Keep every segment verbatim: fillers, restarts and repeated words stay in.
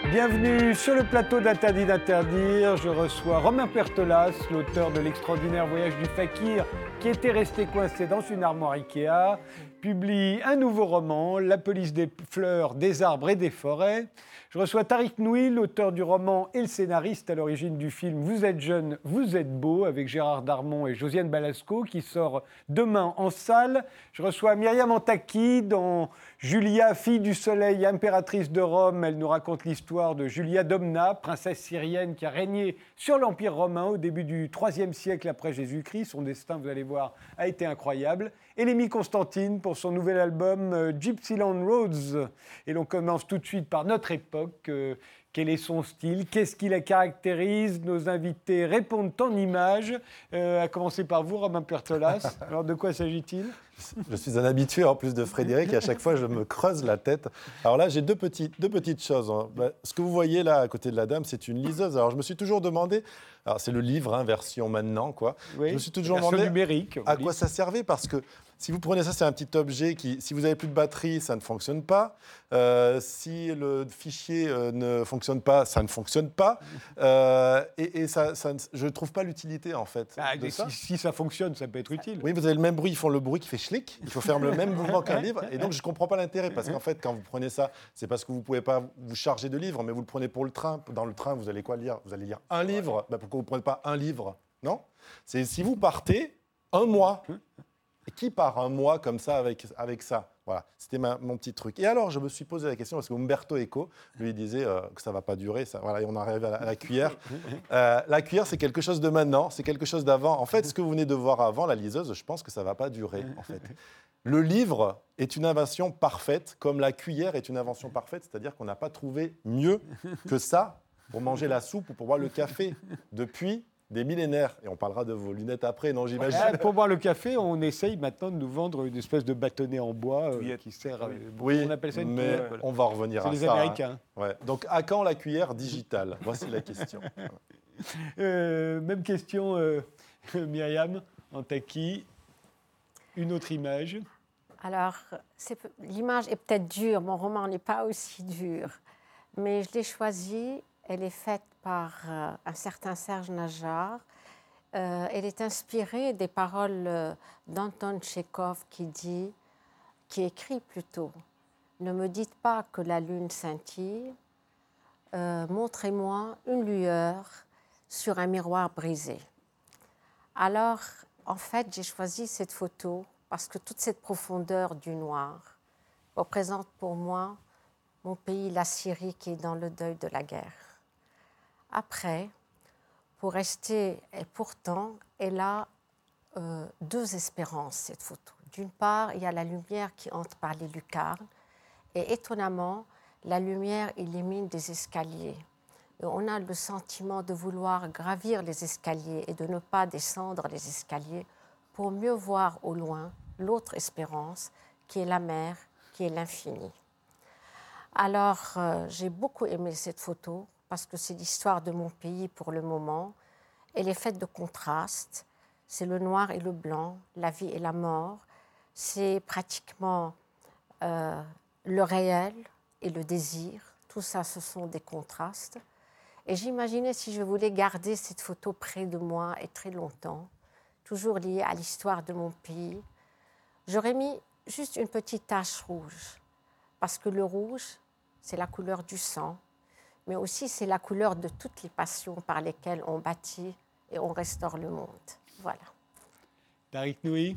Bienvenue sur le plateau d'Interdit d'interdire. Je reçois Romain Pertolaas, l'auteur de l'extraordinaire voyage du fakir qui était resté coincé dans une armoire Ikea, publie un nouveau roman, La police des fleurs, des arbres et des forêts. Je reçois Tariq Noui, l'auteur du roman et le scénariste à l'origine du film Vous êtes jeune, vous êtes beau, avec Gérard Darmon et Josiane Balasco, qui sort demain en salle. Je reçois Myriam Antaki dans Julia, fille du soleil, impératrice de Rome. Elle nous raconte l'histoire de Julia Domna, princesse syrienne qui a régné sur l'Empire romain au début du troisième siècle après Jésus-Christ. Son destin, vous allez voir, a été incroyable. Et Lémi Constantine pour son nouvel album euh, Gypsyland Roads. Et l'on commence tout de suite par notre époque. Euh, quel est son style? Qu'est-ce qui la caractérise? Nos invités répondent en images. Euh, à commencer par vous, Romain Pertolaas. Alors, de quoi s'agit-il? Je suis un habitué en plus de Frédéric et à chaque fois je me creuse la tête. Alors là j'ai deux, petits, deux petites choses. Bah, ce que vous voyez là à côté de la dame, c'est une liseuse. Alors je me suis toujours demandé, alors c'est le livre, hein, version maintenant quoi. Oui, je me suis toujours version demandé numérique, à quoi ça servait parce que si vous prenez ça, c'est un petit objet qui, si vous n'avez plus de batterie, ça ne fonctionne pas. Euh, si le fichier euh, ne fonctionne pas, ça ne fonctionne pas. Euh, et et ça, ça, je ne trouve pas l'utilité en fait. Ah, de si, ça. si ça fonctionne, ça peut être utile. Oui, vous avez le même bruit, ils font le bruit qui fait schlick, il faut faire le même mouvement qu'un livre, et donc je ne comprends pas l'intérêt, parce qu'en fait, quand vous prenez ça, c'est parce que vous ne pouvez pas vous charger de livres, mais vous le prenez pour le train. Dans le train, vous allez quoi lire? Vous allez lire un livre. Ben, pourquoi vous ne prenez pas un livre? Non? C'est si vous partez un mois. Et qui part un mois comme ça avec, avec ça? Voilà, c'était ma, mon petit truc. Et alors, je me suis posé la question, parce que Umberto Eco, lui, il disait euh, que ça ne va pas durer. Ça, voilà, et on arrive à la, à la cuillère. Euh, la cuillère, c'est quelque chose de maintenant, c'est quelque chose d'avant. En fait, ce que vous venez de voir avant, la liseuse, je pense que ça ne va pas durer, en fait. Le livre est une invention parfaite, comme la cuillère est une invention parfaite, c'est-à-dire qu'on n'a pas trouvé mieux que ça pour manger la soupe ou pour boire le café depuis des millénaires. Et on parlera de vos lunettes après, non, j'imagine. Ah, pour boire le café, on essaye maintenant de nous vendre une espèce de bâtonnet en bois euh, qui sert à... Oui, on appelle ça une mais touillette. on va revenir C'est à les ça. Américains. Hein. Ouais. Donc, à quand la cuillère digitale? Voici la question. Euh, même question, euh, Myriam Antaki. Une autre image. Alors, c'est, l'image est peut-être dure, mon roman n'est pas aussi dur, mais je l'ai choisie, elle est faite par euh, un certain Serge Najjar. Euh, elle est inspirée des paroles euh, d'Anton Tchekhov qui dit, qui écrit plutôt, « Ne me dites pas que la lune scintille, euh, montrez-moi une lueur sur un miroir brisé. » Alors, en fait, j'ai choisi cette photo parce que toute cette profondeur du noir représente pour moi mon pays, la Syrie, qui est dans le deuil de la guerre. Après, pour rester, et pourtant, elle a euh, deux espérances, cette photo. D'une part, il y a la lumière qui entre par les lucarnes, et étonnamment, la lumière illumine des escaliers. Et on a le sentiment de vouloir gravir les escaliers et de ne pas descendre les escaliers pour mieux voir au loin l'autre espérance, qui est la mer, qui est l'infini. Alors, euh, j'ai beaucoup aimé cette photo, parce que c'est l'histoire de mon pays pour le moment. Elle est faite de contrastes. C'est le noir et le blanc, la vie et la mort. C'est pratiquement euh, le réel et le désir. Tout ça, ce sont des contrastes. Et j'imaginais si je voulais garder cette photo près de moi et très longtemps, toujours liée à l'histoire de mon pays, j'aurais mis juste une petite tache rouge. Parce que le rouge, c'est la couleur du sang, mais aussi c'est la couleur de toutes les passions par lesquelles on bâtit et on restaure le monde. Voilà. Tariq Noui.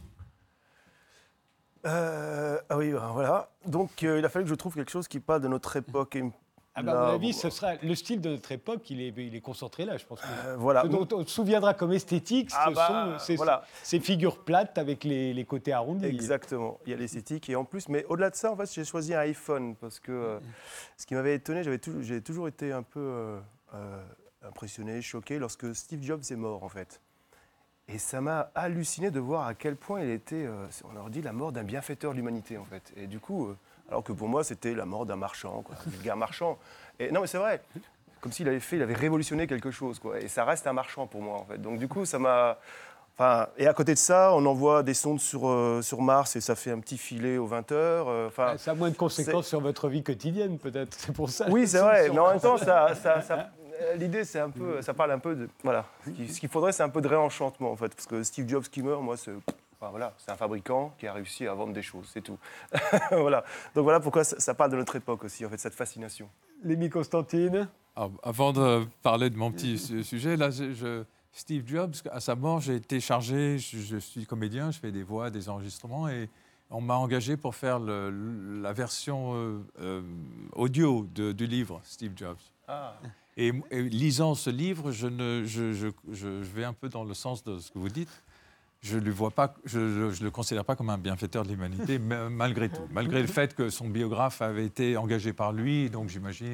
Euh, ah oui, ben voilà. Donc, euh, il a fallu que je trouve quelque chose qui parle de notre époque. Et Ah bah, là, à mon avis, bon, ce sera le style de notre époque, il est, il est concentré là, je pense. Que euh, voilà. ce dont on se souviendra comme esthétique, Ah ce bah, sont ces, voilà. ces figures plates avec les, les côtés arrondis. Exactement. Il y a l'esthétique et en plus, mais au-delà de ça, en fait, j'ai choisi un iPhone parce que euh, ce qui m'avait étonné, j'avais tout, j'ai toujours été un peu euh, euh, impressionné, choqué lorsque Steve Jobs est mort, en fait. Et ça m'a halluciné de voir à quel point il était, euh, on leur dit, la mort d'un bienfaiteur de l'humanité, en fait. Et du coup, euh, alors que pour moi, c'était la mort d'un marchand, quoi, un vulgaire marchand. Et non, mais c'est vrai, comme s'il avait fait, il avait révolutionné quelque chose, quoi. Et ça reste un marchand pour moi, en fait. Donc du coup, ça m'a, Enfin, et à côté de ça, on envoie des sondes sur, euh, sur Mars et ça fait un petit filet aux vingt heures. euh, Enfin, Ça a moins de conséquences c'est- sur votre vie quotidienne, peut-être. C'est pour ça. Oui, c'est vrai, mais en même temps, ça, ça, ça- euh, l'idée, c'est un peu, ça parle un peu de, voilà, ce qu'il ce qu'il faudrait, c'est un peu de réenchantement en fait, parce que Steve Jobs qui meurt, moi, c'est, enfin, voilà, c'est un fabricant qui a réussi à vendre des choses, c'est tout. Voilà. Donc voilà pourquoi ça, ça parle de notre époque aussi, en fait, cette fascination. Lémi Constantine. Alors, avant de parler de mon petit su- sujet, là, je, je- Steve Jobs, à sa mort, j'ai été chargé, je, je suis comédien, je fais des voix, des enregistrements, et on m'a engagé pour faire le- la version euh, euh, audio de- du livre Steve Jobs. Ah. Et, et lisant ce livre, je, ne, je, je, je- je vais un peu dans le sens de ce que vous dites. Je ne le vois pas, je ne le considère pas comme un bienfaiteur de l'humanité, mais malgré tout, malgré le fait que son biographe avait été engagé par lui, donc j'imagine.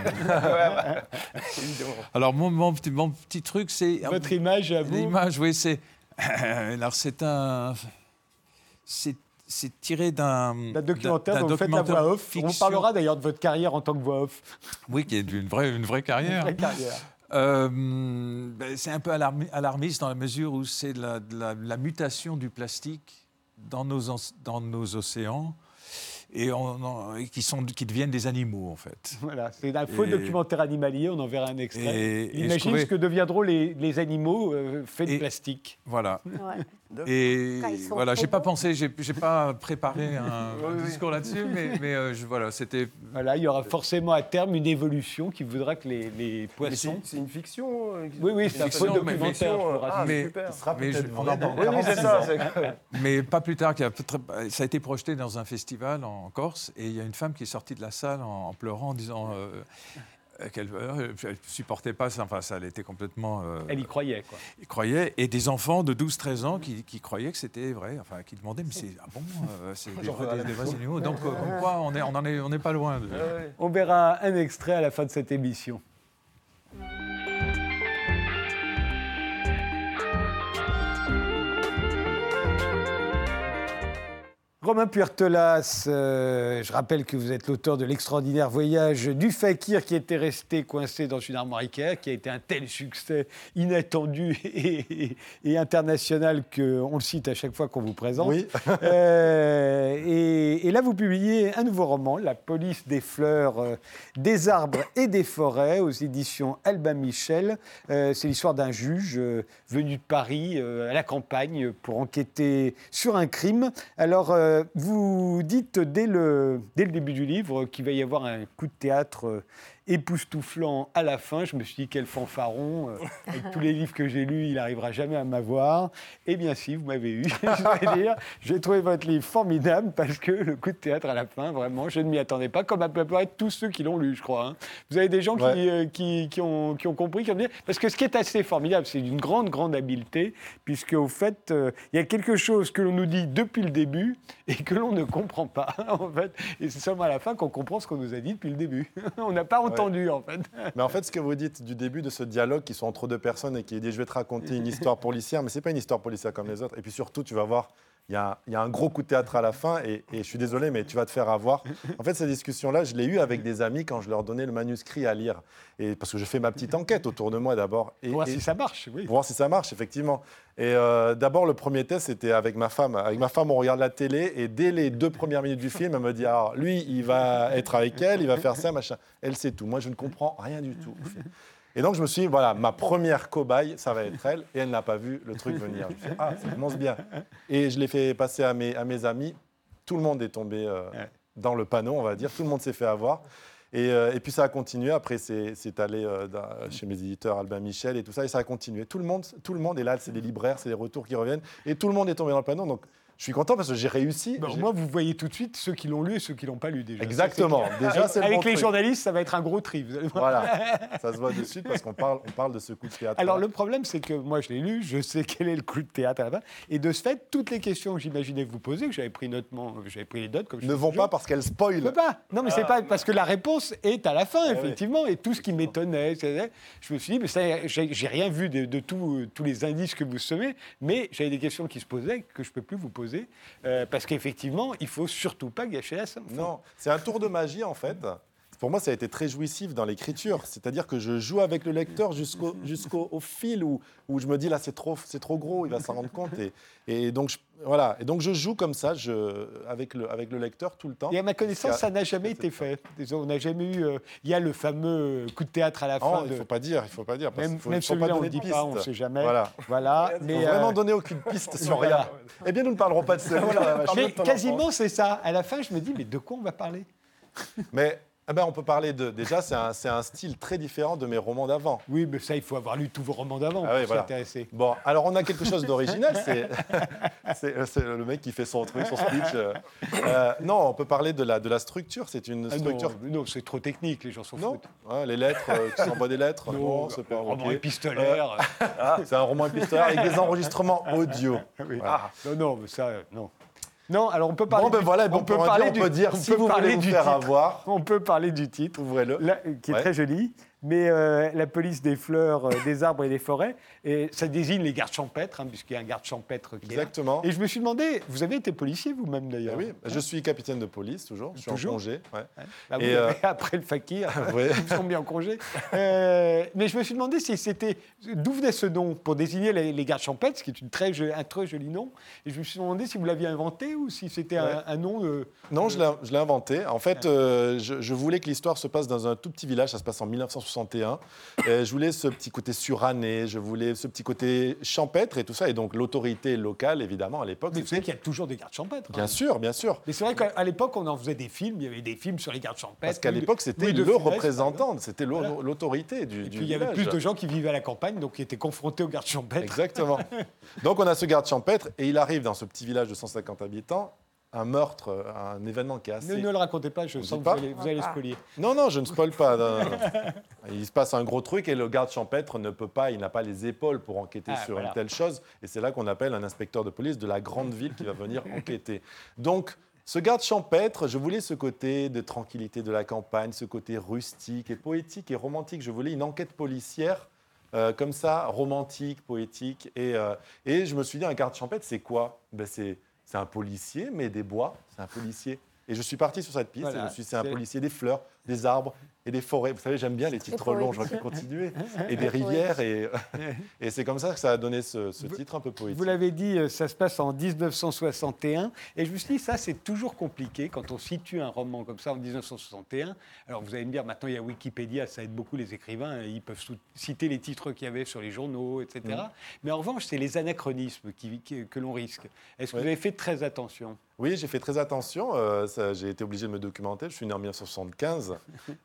euh, Évidemment. Alors mon, mon petit, mon petit truc, c'est Votre image à vous. l'image, oui, c'est alors c'est un, c'est c'est tiré d'un D'un documentaire d'un dont vous faites la documentaire voix off. On fiction. vous parlera d'ailleurs de votre carrière en tant que voix off. Oui, qui est une vraie une vraie carrière. Vraie carrière. Euh, ben, c'est un peu alarmi- alarmiste dans la mesure où c'est la, la- la mutation du plastique dans nos, en- dans nos océans et, on- on- et qui, sont, qui deviennent des animaux, en fait. Voilà, c'est un faux Et- documentaire animalier, on en verra un extrait. Et- et je Imagine trouvais- ce que deviendront les, les animaux euh, faits de Et- plastique. Voilà. Ouais. Et Quand ils sont voilà, j'ai trop pas bons. pensé, j'ai j'ai pas préparé un, Oui, un oui. discours là-dessus, mais, mais euh, je- voilà, c'était. Voilà, il y aura forcément à terme une évolution qui voudra que les, les Mais poissons... c'est, c'est une fiction. euh, Oui, oui, c'est un fiction, faux mais- documentaire, je vous Ah, rassure. Mais- super. Il sera Mais peut-être je- vrai dans Oui, oui, c'est quarante-six ça. ans. c'est- Mais pas plus tard, qu'il y a très- ça a été projeté dans un festival en Corse, et il y a une femme qui est sortie de la salle en, en pleurant, en disant euh, euh, qu'elle ne supportait pas ça. Enfin, ça, elle était complètement. euh, Elle y croyait, quoi. elle croyait, et des enfants de douze treize ans qui, qui croyaient que c'était vrai, enfin, qui demandaient, mais c'est ah bon, euh, c'est des, vrais- des- des vrais animaux. Donc, euh, comme quoi, on est, on en est, on n'est pas loin. De... Ouais, ouais. On verra un extrait à la fin de cette émission. Romain Puertelas, euh, je rappelle que vous êtes l'auteur de l'extraordinaire voyage du fakir qui était resté coincé dans une armoire Ikea, qui a été un tel succès inattendu et, et- et international qu'on le cite à chaque fois qu'on vous présente. Oui. Euh, et, et là, vous publiez un nouveau roman, La police des fleurs, euh, des arbres et des forêts, aux éditions Albin Michel. Euh, c'est l'histoire d'un juge euh, venu de Paris euh, à la campagne pour enquêter sur un crime. Alors, euh, vous dites dès le, dès le début du livre qu'il va y avoir un coup de théâtre euh, époustouflant à la fin. Je me suis dit, quel fanfaron. euh, avec tous les livres que j'ai lus, il n'arrivera jamais à m'avoir. Eh bien si, vous m'avez eu, je vais dire. J'ai trouvé votre livre formidable parce que le coup de théâtre à la fin, vraiment, je ne m'y attendais pas, comme à peu près tous ceux qui l'ont lu, je crois. hein. Vous avez des gens qui, Ouais. euh, qui, qui ont, qui ont compris, qui ont dit... Parce que ce qui est assez formidable, c'est d'une grande, grande habileté, puisque au fait, euh, il y a quelque chose que l'on nous dit depuis le début et que l'on ne comprend pas, en fait. Et c'est seulement à la fin qu'on comprend ce qu'on nous a dit depuis le début. On n'a pas entendu, en fait. Mais en fait, ce que vous dites du début de ce dialogue qui sont entre deux personnes et qui dit je vais te raconter une histoire policière, mais c'est pas une histoire policière comme les autres. Et puis surtout, tu vas voir, il y, a un- il y a un gros coup de théâtre à la fin et, et je suis désolé, mais tu vas te faire avoir. En fait, cette discussion-là, je l'ai eue avec des amis quand je leur donnais le manuscrit à lire. Et parce que je fais ma petite enquête autour de moi d'abord. Et, Pour voir et- si ça marche, oui. pour voir si ça marche, effectivement. Et euh, d'abord, le premier test, c'était avec ma femme. Avec ma femme, on regarde la télé et dès les deux premières minutes du film, elle me dit alors, lui, il va être avec elle, il va faire ça, machin. Elle sait tout. Moi, je ne comprends rien du tout. Et donc, je me suis dit, voilà, ma première cobaye, ça va être elle. Et elle n'a pas vu le truc venir. Je me suis dit, ah, ça commence bien. Et je l'ai fait passer à mes, à mes amis. Tout le monde est tombé euh, Ouais. dans le panneau, on va dire. Tout le monde s'est fait avoir. Et, euh, et puis ça a continué. Après, c'est c'est allé euh, dans- chez mes éditeurs Albin Michel et tout ça. Et ça a continué. Tout le monde, tout le monde est là. C'est des libraires, c'est des retours qui reviennent. Et tout le monde est tombé dans le panneau. Donc, je suis content parce que j'ai réussi. Bon, J'ai- moi, vous voyez tout de suite ceux qui l'ont lu et ceux qui l'ont pas lu déjà. Exactement. Ça, c'est clair. Déjà, Avec, c'est le avec bon les truc. journalistes, ça va être un gros tri. Vous allez voir. Voilà, ça se voit de suite parce qu'on parle, on parle de ce coup de théâtre. Alors le problème, c'est que moi, je l'ai lu, je sais quel est le coup de théâtre à la fin. Et de ce fait, toutes les questions que j'imaginais vous poser, que j'avais pris notement, j'avais pris les notes comme je ne fais vont toujours, pas parce qu'elles je spoilent. peux pas. Non, mais c'est pas parce que la réponse est à la fin, oui. effectivement. Et tout ce qui m'étonnait, c'est- je me suis dit, mais ça, j'ai j'ai rien vu de, de tout- tous les indices que vous semez, mais j'avais des questions qui se posaient que je peux plus vous poser euh, parce qu'effectivement, il faut surtout pas gâcher la somme. Non, c'est un tour de magie en fait. C'est pour moi, ça a été très jouissif dans l'écriture. C'est-à-dire que je joue avec le lecteur jusqu'au, jusqu'au au fil où, où je me dis, là, c'est trop, c'est trop gros, il va s'en rendre compte. Et, et, donc, je, voilà. et donc, je joue comme ça, je, avec, le, avec le lecteur tout le temps. Et à ma connaissance, ça n'a jamais été fait. On n'a jamais eu... euh, Il y a le fameux coup de théâtre à la Non, fin. il de- ne faut pas dire, il faut pas dire. Parce Même, qu'il faut, même il faut pas celui-là, on donner ne de dit pas, on ne pistes. sait jamais. Voilà. Voilà. Il Mais, faut vraiment euh, donner aucune piste sur voilà. rien. Eh bien, nous ne parlerons pas de ça. Voilà, mais parlons de ton quasiment, enfance. c'est ça. À la fin, je me dis, mais de quoi on va parler? Mais eh ben, on peut parler de... Déjà, c'est un, c'est un style très différent de mes romans d'avant. Oui, mais ça, il faut avoir lu tous vos romans d'avant Ah pour oui, voilà. s'intéresser. Bon, alors on a quelque chose d'original, c'est, c'est, c'est le mec qui fait son truc, son speech. euh. Euh, non, on peut parler de la, de la structure, c'est une Ah non, structure... non, c'est trop technique, les gens s'en non, foutent. Ouais, les lettres, euh, tu s'envoies des lettres, non, c'est pas roman ok. épistolaire. Ah, c'est un roman épistolaire avec des enregistrements audio. Oui. Voilà. Non, non, mais ça, euh, non. Non, alors on peut parler. Bon, ben du- voilà, bon, on peut pour parler dire, on du- peut dire, on si peut vous parler voulez vous du faire titre. avoir, On peut parler du titre. ouvrez-le. Là, euh, qui est Ouais. très joli, mais euh, la police des fleurs, euh, des arbres et des forêts, et ça désigne les gardes champêtres, hein, puisqu'il y a un garde champêtre qui est là. Exactement. Et je me suis demandé, vous avez été policier vous-même Eh d'ailleurs? oui, je suis capitaine de police toujours, je suis Toujours en congé. Ouais. Bah, vous Et, avez- euh, Après le fakir, Ouais. ils sont bien en congé. Euh, mais je me suis demandé si c'était d'où venait ce nom pour désigner les, les gardes champêtres, ce qui est une très, jo- un très joli nom. Et je me suis demandé si vous l'aviez inventé ou si c'était Ouais. un, un nom de... Non, je l'ai, je l'ai inventé. En fait, euh, je, je voulais que l'histoire se passe dans un tout petit village. Ça se passe en mille neuf cent soixante et un. Et je voulais ce petit côté suranné, je voulais ce petit côté champêtre et tout ça. Et donc, l'autorité locale, évidemment, à l'époque, Mais vous c'était... savez qu'il y a toujours des gardes champêtres. hein. Bien sûr, bien sûr. Mais c'est vrai qu'à l'époque, on en faisait des films, il y avait des films sur les gardes champêtres. Parce qu'à Louis de- l'époque, c'était Louis de le Funès, par représentant, exemple. c'était l'au- Voilà. l'autorité du, Et du puis il y avait village. plus de gens qui vivaient à la campagne, donc qui étaient confrontés aux gardes champêtres. Exactement. Donc, on a ce garde champêtre et il arrive dans ce petit village de cent cinquante habitants, un meurtre, un événement qui est assez... Ne, ne le racontez pas, je Vous sens dites que vous pas allez, vous allez spolier. Non, non, je ne spoil pas. non, non, non. Il se passe un gros truc et le garde champêtre ne peut pas, il n'a pas les épaules pour enquêter Ah, sur voilà. une telle chose. Et c'est là qu'on appelle un inspecteur de police de la grande ville qui va venir enquêter. Donc, ce garde champêtre, je voulais ce côté de tranquillité de la campagne, ce côté rustique et poétique et romantique. Je voulais une enquête policière euh, comme ça, romantique, poétique. Et, euh, et je me suis dit, un garde champêtre, c'est quoi? Ben, c'est, c'est un policier, mais des bois. C'est un policier. Et je suis parti sur cette piste. Voilà. Et je me suis dit, c'est un C'est- policier des fleurs, des arbres et des forêts. Vous savez, j'aime bien les titres longs, j'aurais pu continuer. Et des rivières. Et, et c'est comme ça que ça a donné ce, ce titre un peu poétique. Vous l'avez dit, euh, ça se passe en mille neuf cent soixante et un. Et je me suis dit, ça, c'est toujours compliqué quand on situe un roman comme ça en mille neuf cent soixante et un. Alors, vous allez me dire, maintenant, il y a Wikipédia, ça aide beaucoup les écrivains. Ils peuvent sou- citer les titres qu'il y avait sur les journaux, et cetera. Mm. Mais en revanche, c'est les anachronismes qui- qui- que l'on risque. Est-ce que Oui. vous avez fait très attention? Oui, j'ai fait très attention. euh, ça, j'ai été obligé de me documenter. Je suis né en mille neuf cent soixante-quinze.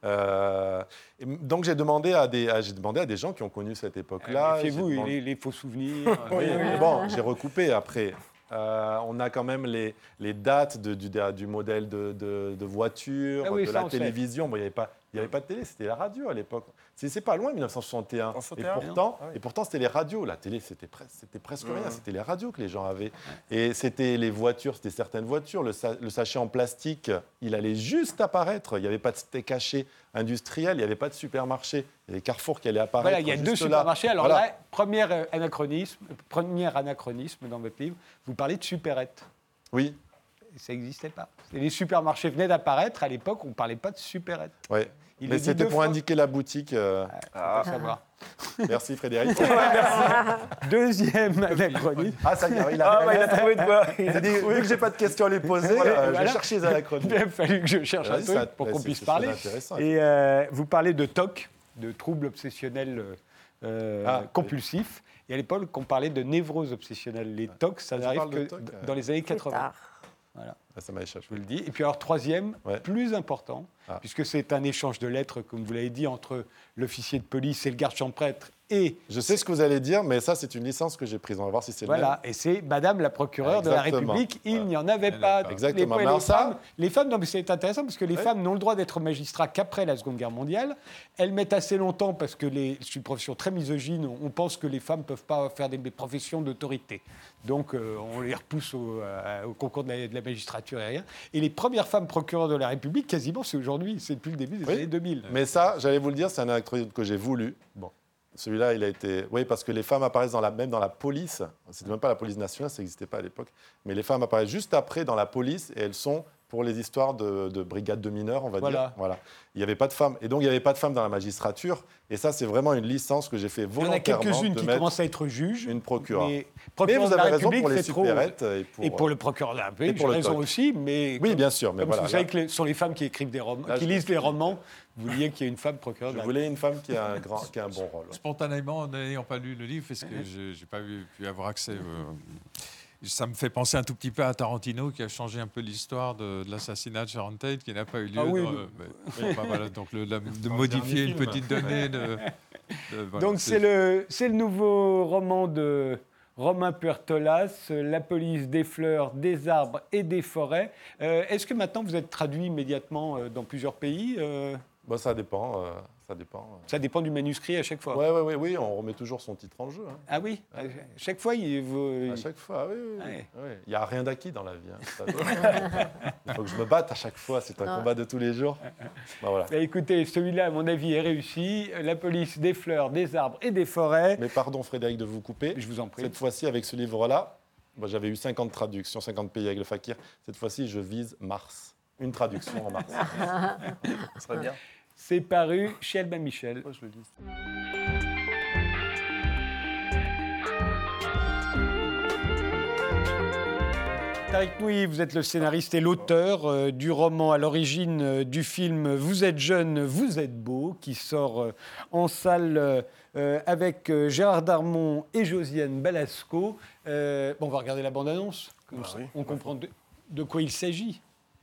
Euh, et m- donc, j'ai demandé, à des, à- j'ai demandé à des gens qui ont connu cette époque-là. J'ai Méfiez-vous, demandé- les, les faux souvenirs. Oui, euh, mais bon, j'ai recoupé après. Euh, on a quand même les, les dates de- du, du modèle de, de- de voiture, Ah oui, de ça, la on sait. télévision. Bon, il n'y avait pas, il y avait pas de télé, c'était la radio à l'époque. C'est, c'est pas loin, mille neuf cent soixante et un. En Et soixante et un, pourtant, ah oui. et pourtant, c'était les radios. La télé, c'était, pres- c'était presque Mmh. rien. C'était les radios que les gens avaient. Et c'était les voitures, c'était certaines voitures. Le, sa- le sachet en plastique, il allait juste apparaître. Il n'y avait pas de steak caché industriel, il n'y avait pas de supermarché. Il y avait Carrefour qui allait apparaître. Voilà, il y a juste deux là. supermarchés. Alors Voilà. là, premier euh, anachronisme, premier anachronisme dans votre livre, vous parlez de supérette. Oui, Ça n'existait pas. Et les supermarchés venaient d'apparaître. À l'époque, on ne parlait pas de supérette. ouais. Il Mais le dit c'était deux pour fois. indiquer la boutique. euh, Faut savoir. Merci Frédéric. Deuxième anachronisme. Ah, ça y est, il a, Ah, bah, il a trouvé de quoi. il a dit, vu que j'ai pas de questions à lui poser, Voilà, euh, voilà. je cherche les anachronismes. Il a fallu que je cherche un Vas-y, truc ça- pour ouais, qu'on c'est- puisse c'est parler. très intéressant. Et euh, vous parlez de T O C, de troubles obsessionnels euh, Ah, compulsifs. Et à l'époque, on parlait de névrose obsessionnelle. Les T O C, ça Tu n'arrive parles de que T O C, dans les années Plus quatre-vingts. tard. Voilà. Ah, ça m'a échappé. Je vous le dis. Et puis alors, troisième, Ouais. plus important, Ah. puisque c'est un échange de lettres, comme vous l'avez dit, entre l'officier de police et le garde champêtre. Et Je sais ce que vous allez dire, mais ça, c'est une licence que j'ai prise. On va voir si c'est le même. voilà, et c'est Madame la procureure de la Exactement. République. Il Voilà. n'y en avait Elle pas. avait pas. Exactement. Les, Mais les alors ça- femmes, les femmes, non, mais c'est intéressant parce que les Ouais. femmes n'ont le droit d'être magistrats qu'après la Seconde Guerre mondiale. Elles mettent assez longtemps parce que les, c'est une profession très misogyne. On pense que les femmes ne peuvent pas faire des, des professions d'autorité. Donc euh, on les repousse au, euh, au concours de la, de la magistrature et rien. Et les premières femmes procureurs de la République, quasiment, c'est aujourd'hui. C'est depuis le début des Oui. années deux mille. Mais ça, j'allais vous le dire, c'est un acte que j'ai voulu. Bon. Celui-là, il a été. Oui, parce que les femmes apparaissent dans la... même dans la police. C'était même pas la police nationale, ça n'existait pas à l'époque. Mais les femmes apparaissent juste après dans la police et elles sont pour les histoires de, de brigades de mineurs, on va Voilà. dire. Voilà. Il n'y avait pas de femmes. Et donc, il n'y avait pas de femmes dans la magistrature. Et ça, c'est vraiment une licence que j'ai fait Il y en a volontairement quelques-unes de qui mettre commencent à être juges. une procureure. Mais, Mais procureur vous de la avez raison République, pour les c'est trop. supérettes. Et pour, Et pour le procureur de la République, et pour j'ai le raison toc. aussi, mais Oui, comme- bien sûr. Mais comme voilà, vous savez là, que les- ce sont les femmes qui écrivent des romans, Là, qui je- lisent les romans, vous vouliez qu'il y ait une femme procureur de je la voulais une femme qui a un, grand, qui a un bon rôle. Spontanément, en n'ayant pas lu le livre, parce que je n'ai pas eu- pu avoir accès. euh, ça me fait penser un tout petit peu à Tarantino, qui a changé un peu l'histoire de, de l'assassinat de Sharon Tate, qui n'a pas eu lieu. Ah oui, dans, le- euh, mais- enfin, voilà, donc le- la- de le modifier dernier une film. petite donnée. De, de- voilà, Donc c'est le, c'est le nouveau roman de Romain Puertolas, La police des fleurs, des arbres et des forêts. Euh, Est-ce que maintenant vous êtes traduit immédiatement euh, dans plusieurs pays euh, Bon, ça dépend. euh, ça dépend. Ça dépend du manuscrit à chaque fois. Ouais, ouais, ouais, oui, on remet toujours son titre en jeu. hein. Ah oui, à chaque fois il vous... À chaque fois, oui, oui, oui. Ouais. Oui. Il n'y a rien d'acquis dans la vie. hein, vous savez. Il faut que je me batte à chaque fois. C'est un Non. combat de tous les jours. Ben, voilà. Bah, écoutez, celui-là, à mon avis, est réussi. La police des fleurs, des arbres et des forêts. Mais pardon, Frédéric, de vous couper. Je vous en prie. Cette fois-ci, avec ce livre-là, moi, j'avais eu cinquante traductions, cinquante pays avec le Fakir. Cette fois-ci, je vise Mars. Une traduction en Mars. Ce serait bien. C'est paru chez Albin Michel. Moi, je le lis. Tariq Nouy, vous êtes le scénariste et l'auteur euh, du roman à l'origine euh, du film Vous êtes jeune, vous êtes beau, qui sort euh, en salle euh, euh, avec euh, Gérard Darmon et Josiane Balasco. Euh, bon, on va regarder la bande-annonce, comme Ah ça, oui. on comprend de, de quoi il s'agit.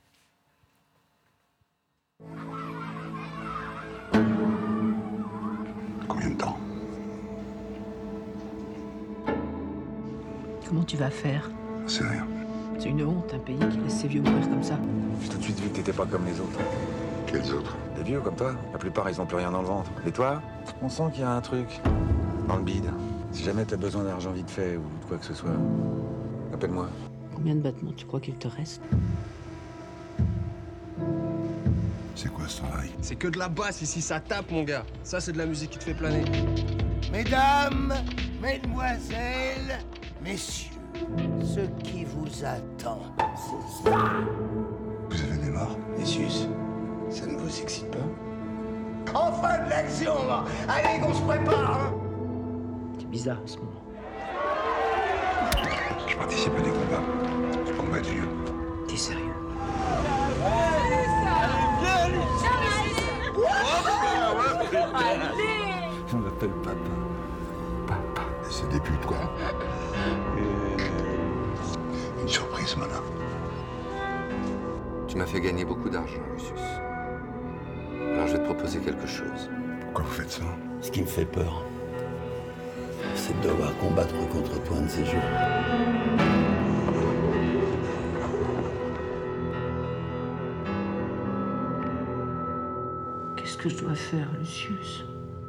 Combien de temps? Comment tu vas faire? C'est rien. C'est une honte, un pays qui laisse ses vieux mourir comme ça. J'ai tout de suite vu que t'étais pas comme les autres. Quels autres? Les vieux comme toi, la plupart ils ont plus rien dans le ventre. Et toi, on sent qu'il y a un truc dans le bide. Si jamais t'as besoin d'argent vite fait ou de quoi que ce soit, appelle-moi. Combien de battements tu crois qu'il te reste? C'est quoi ce travail? C'est que de la basse ici, ça tape mon gars. Ça c'est de la musique qui te fait planer. Mesdames, mesdemoiselles, messieurs, ce qui vous attend, c'est ça. Vous avez des morts? Messieurs, ça ne vous excite pas? Enfin de l'action, là. Allez, qu'on se prépare, hein. C'est bizarre en ce moment. Je participe à des combats. Je combat de vieux. T'es sérieux? Je m'appelle Papa. Papa. C'est des putes, quoi. Une surprise, Mana. Tu m'as fait gagner beaucoup d'argent, Lucius. Alors je vais te proposer quelque chose. Pourquoi vous faites ça? Ce qui me fait peur, c'est de devoir combattre contre toi un de ces jours. Qu'est-ce que je dois faire, Lucius?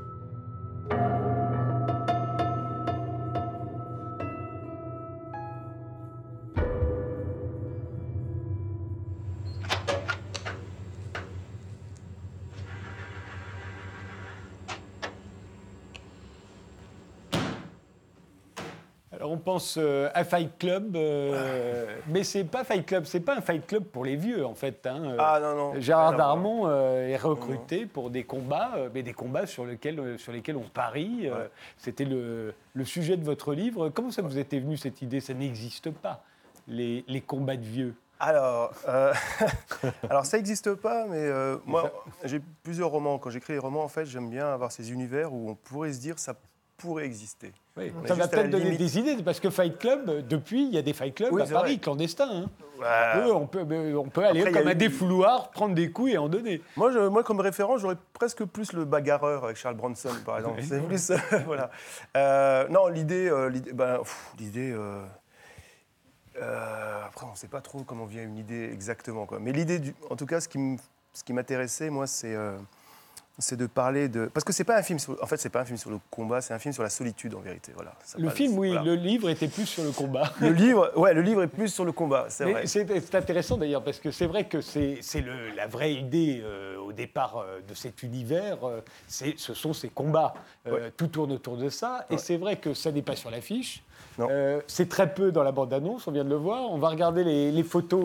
Alors on pense euh, à Fight Club, euh, mais c'est pas Fight Club, c'est pas un Fight Club pour les vieux en fait. hein. Euh, Ah non, non. Gérard Rien à voir. Darmon euh, est recruté pour des combats, euh, mais des combats sur lesquels, euh, sur lesquels on parie. euh, Ouais. C'était le, le sujet de votre livre. Comment ça vous était venu cette idée? Ça n'existe pas, les, les combats de vieux. Alors, euh, alors ça n'existe pas, mais euh, moi, j'ai plusieurs romans. Quand j'écris les romans, en fait, j'aime bien avoir ces univers où on pourrait se dire ça pourrait exister. Oui. Mais Ça va juste à la peut-être donner limite. des idées, parce que Fight Club, euh, depuis, il y a des Fight Clubs Oui, à c'est Paris, vrai. clandestins. hein. Ouais. On peut, on peut, euh, on peut aller Après, il y a comme à eu- des fouloirs, prendre des coups et en donner. Moi, je- moi, comme référence, j'aurais presque plus le bagarreur avec Charles Bronson, par exemple. C'est plus, euh, voilà. Euh, non, l'idée, euh, l'idée, ben, pff, l'idée. euh, euh, après, on ne sait pas trop comment vient une idée exactement, quoi. Mais l'idée, du- en tout cas, ce qui m- ce qui m'intéressait, moi, c'est euh, c'est de parler de. Parce que c'est pas un film. Sur, en fait, c'est pas un film sur le combat, c'est un film sur la solitude, en vérité. Voilà. Ça Le passe- film, oui, voilà. le livre était plus sur le combat. Le livre, ouais, le livre est plus sur le combat, c'est Mais vrai. C'est c'est intéressant d'ailleurs parce que c'est vrai que c'est c'est le- la vraie idée euh, au départ euh, de cet univers, euh, c'est- ce sont ces combats. Euh, Ouais. Tout tourne autour de ça et Ouais. c'est vrai que ça n'est pas sur l'affiche. Non. Euh, c'est très peu dans la bande-annonce, on vient de le voir. On va regarder les, les photos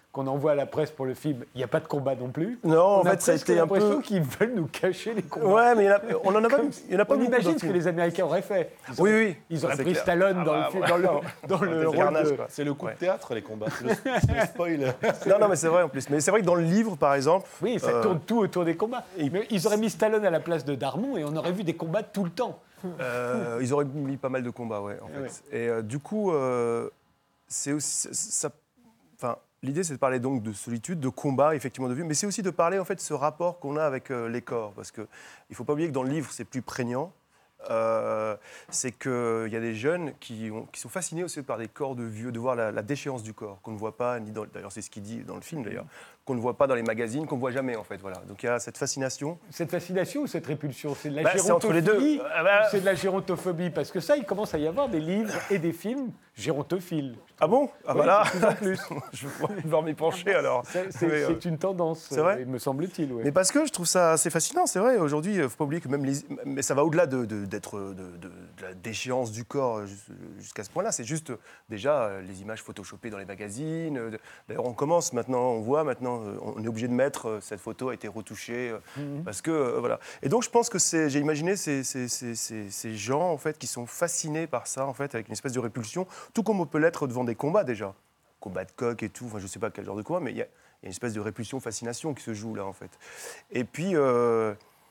qu'on envoie à la presse pour le film, il n'y a pas de combat non plus. Non, en on a fait, ça a presque été un peu... l'impression qu'ils veulent nous cacher les combats. Ouais, mais il y en a- on en a pas, il y en a pas On beaucoup imagine dans ce que le les Américains auraient fait. Ils Oui, auraient, oui. Ils Ça, auraient c'est pris clair. Stallone Ah dans, bah, le, film- ouais. dans le, dans Des le rôle carnages, de... quoi. C'est le coup Ouais. de théâtre, les combats. C'est le, c'est le spoil. Non, non, mais c'est vrai en plus. Mais c'est vrai que dans le livre, par exemple... Oui, ça euh, tourne tout autour des combats. Mais ils auraient mis Stallone à la place de Darmon et on aurait vu des combats tout le temps. Euh, ils auraient mis pas mal de combats, ouais, en fait. Ouais. Et euh, du coup, euh, c'est aussi, ça, enfin, l'idée, c'est de parler donc de solitude, de combat, effectivement, de vue, mais c'est aussi de parler en fait de ce rapport qu'on a avec euh, les corps, parce que il faut pas oublier que dans le livre, c'est plus prégnant. Euh, c'est qu'il y a des jeunes qui, ont- qui sont fascinés aussi par des corps de vieux, de voir la, la déchéance du corps, qu'on ne voit pas, ni dans, d'ailleurs c'est ce qu'il dit dans le film d'ailleurs, qu'on ne voit pas dans les magazines, qu'on ne voit jamais en fait. Voilà. Donc il y a cette fascination. Cette fascination ou cette répulsion? C'est de la Bah, c'est entre les gérontophobie deux. Ah bah- ou c'est de la gérontophobie? Parce que ça, il commence à y avoir des livres et des films gérontophiles. Ah bon? Ah Oui, voilà. de plus en plus. Je vais devoir m'y pencher alors. C'est c'est- Mais, euh, c'est une tendance, c'est vrai euh, me semble-t-il. ouais. Mais parce que je trouve ça assez fascinant, c'est vrai. Aujourd'hui, il ne faut pas oublier que même les... Mais ça va au-delà de, de- d'être, de, de- de la déchéance du corps jus- jusqu'à ce point-là. C'est juste, euh, déjà, euh, les images photoshopées dans les magazines. euh, de- D'ailleurs, on commence maintenant, on voit maintenant, euh, on est obligé de mettre, euh, cette photo a été retouchée. euh, Mhm. Parce que, euh, voilà. Et donc, je pense que c'est... J'ai imaginé ces, ces, ces- ces- ces gens, en fait, qui sont fascinés par ça, en fait, avec une espèce de répulsion, tout comme on peut l'être devant des combats, déjà. Combat de coq et tout, enfin, je ne sais pas quel genre de combat, mais il y a... Il y a une espèce de répulsion, fascination qui se joue là, en fait. Et puis, euh,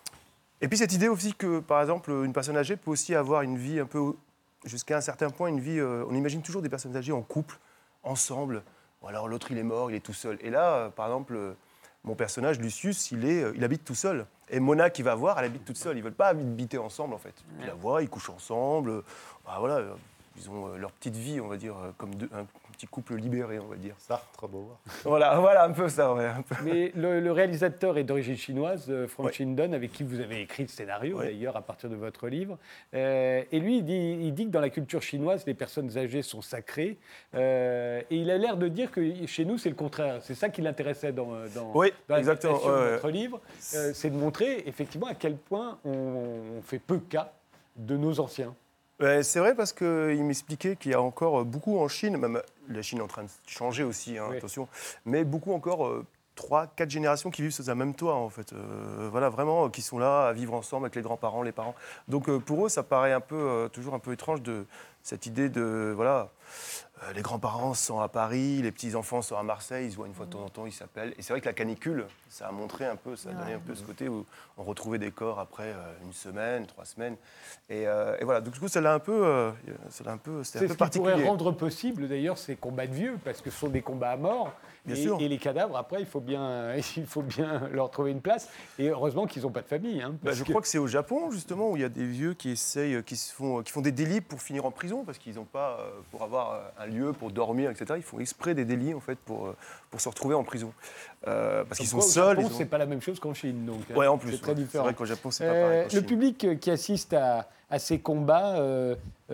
et puis cette idée aussi que, par exemple, une personne âgée peut aussi avoir une vie un peu, jusqu'à un certain point, une vie... euh, on imagine toujours des personnes âgées en couple, ensemble, ou alors l'autre, il est mort, il est tout seul. Et là, euh, par exemple, euh, mon personnage, Lucius, il, est, euh, il habite tout seul. Et Mona, qui va voir, elle habite toute seule. Ils ne veulent pas habiter ensemble, en fait. Ils la voient, ils couchent ensemble. euh, bah, voilà, euh, ils ont euh, leur petite vie, on va dire, euh, comme deux- un petit couple libéré, on va dire. Sartre, Beauvoir. Voilà, voilà, un peu ça, ouais. Un peu. Mais le, le réalisateur est d'origine chinoise, euh, Frank Ouais. Shindon, avec qui vous avez écrit le scénario, Ouais. d'ailleurs, à partir de votre livre. Euh, et lui, il dit, il dit que dans la culture chinoise, les personnes âgées sont sacrées. Euh, et il a l'air de dire que chez nous, c'est le contraire. C'est ça qui l'intéressait dans, dans, Oui, dans exactement, l'adaptation ouais, de ouais. votre livre. Euh, c'est de montrer, effectivement, à quel point on, on fait peu cas de nos anciens. Ouais, c'est vrai parce qu'il m'expliquait qu'il y a encore beaucoup en Chine, même la Chine est en train de changer aussi, hein, Oui. attention, mais beaucoup encore, euh, trois, quatre générations qui vivent sous un même toit, en fait. Euh, voilà, vraiment, euh, qui sont là à vivre ensemble avec les grands-parents, les parents. Donc euh, pour eux, ça paraît un peu, euh, toujours un peu étrange de cette idée de, voilà, euh, les grands-parents sont à Paris, les petits-enfants sont à Marseille, ils se voient une fois de temps en temps, ils s'appellent. Et c'est vrai que la canicule, ça a montré un peu, ça a donné un peu ce côté où on retrouvait des corps après euh, une semaine, trois semaines. Et, euh, et voilà, donc du coup, ça l'a un peu, euh, ça l'a un peu, c'était C'est un ce peu qui particulier. pourrait rendre possible, d'ailleurs, ces combats de vieux, parce que ce sont des combats à mort. Bien et, sûr. et les cadavres, après, il faut bien, il faut bien leur trouver une place. Et heureusement qu'ils n'ont pas de famille. Hein, Bah, parce je que- crois que c'est au Japon, justement, où il y a des vieux qui essayent, qui, se font, qui font des délits pour finir en prison, parce qu'ils n'ont pas, euh, pour avoir euh, un lieu pour dormir, et cetera. Ils font exprès des délits, en fait, pour, euh, pour se retrouver en prison. Euh, parce qu'ils sont Comme quoi, seuls. Au Japon, ils ont- c'est pas la même chose qu'en Chine. Donc, hein. Ouais, en plus. C'est très ouais. C'est différent. vrai qu'au Japon, c'est pas Euh, pareil qu'en le Chine. public euh, qui assiste à, à ces combats, euh,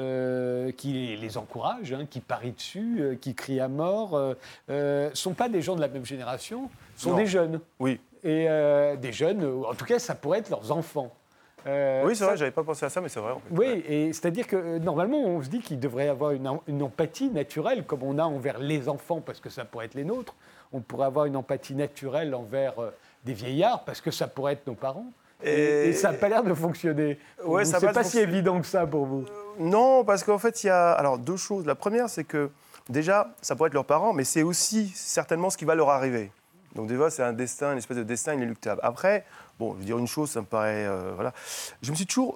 euh, qui les, les encourage, hein, qui parie dessus, euh, qui crie à mort, ne euh, sont pas des gens de la même génération, sont Non. des jeunes. Oui. Et euh, des jeunes, ou en tout cas, ça pourrait être leurs enfants. Euh, Oui, c'est ça- vrai, j'avais pas pensé à ça, mais c'est vrai. En fait. Oui, Ouais. et c'est-à-dire que euh, normalement, on se dit qu'il devrait y avoir une, em- une empathie naturelle, comme on a envers les enfants, parce que ça pourrait être les nôtres. On pourrait avoir une empathie naturelle envers euh, des vieillards, parce que ça pourrait être nos parents. Et, Et- et ça n'a pas l'air de fonctionner. Ouais, ça c'est va pas de si fonctionner. évident que ça pour vous. Non, parce qu'en fait, il y a alors, deux choses. La première, c'est que déjà, ça pourrait être leurs parents, mais c'est aussi certainement ce qui va leur arriver. Donc déjà, c'est un destin, une espèce de destin inéluctable. Après, bon, je veux dire une chose, ça me paraît... euh, voilà. Je me suis toujours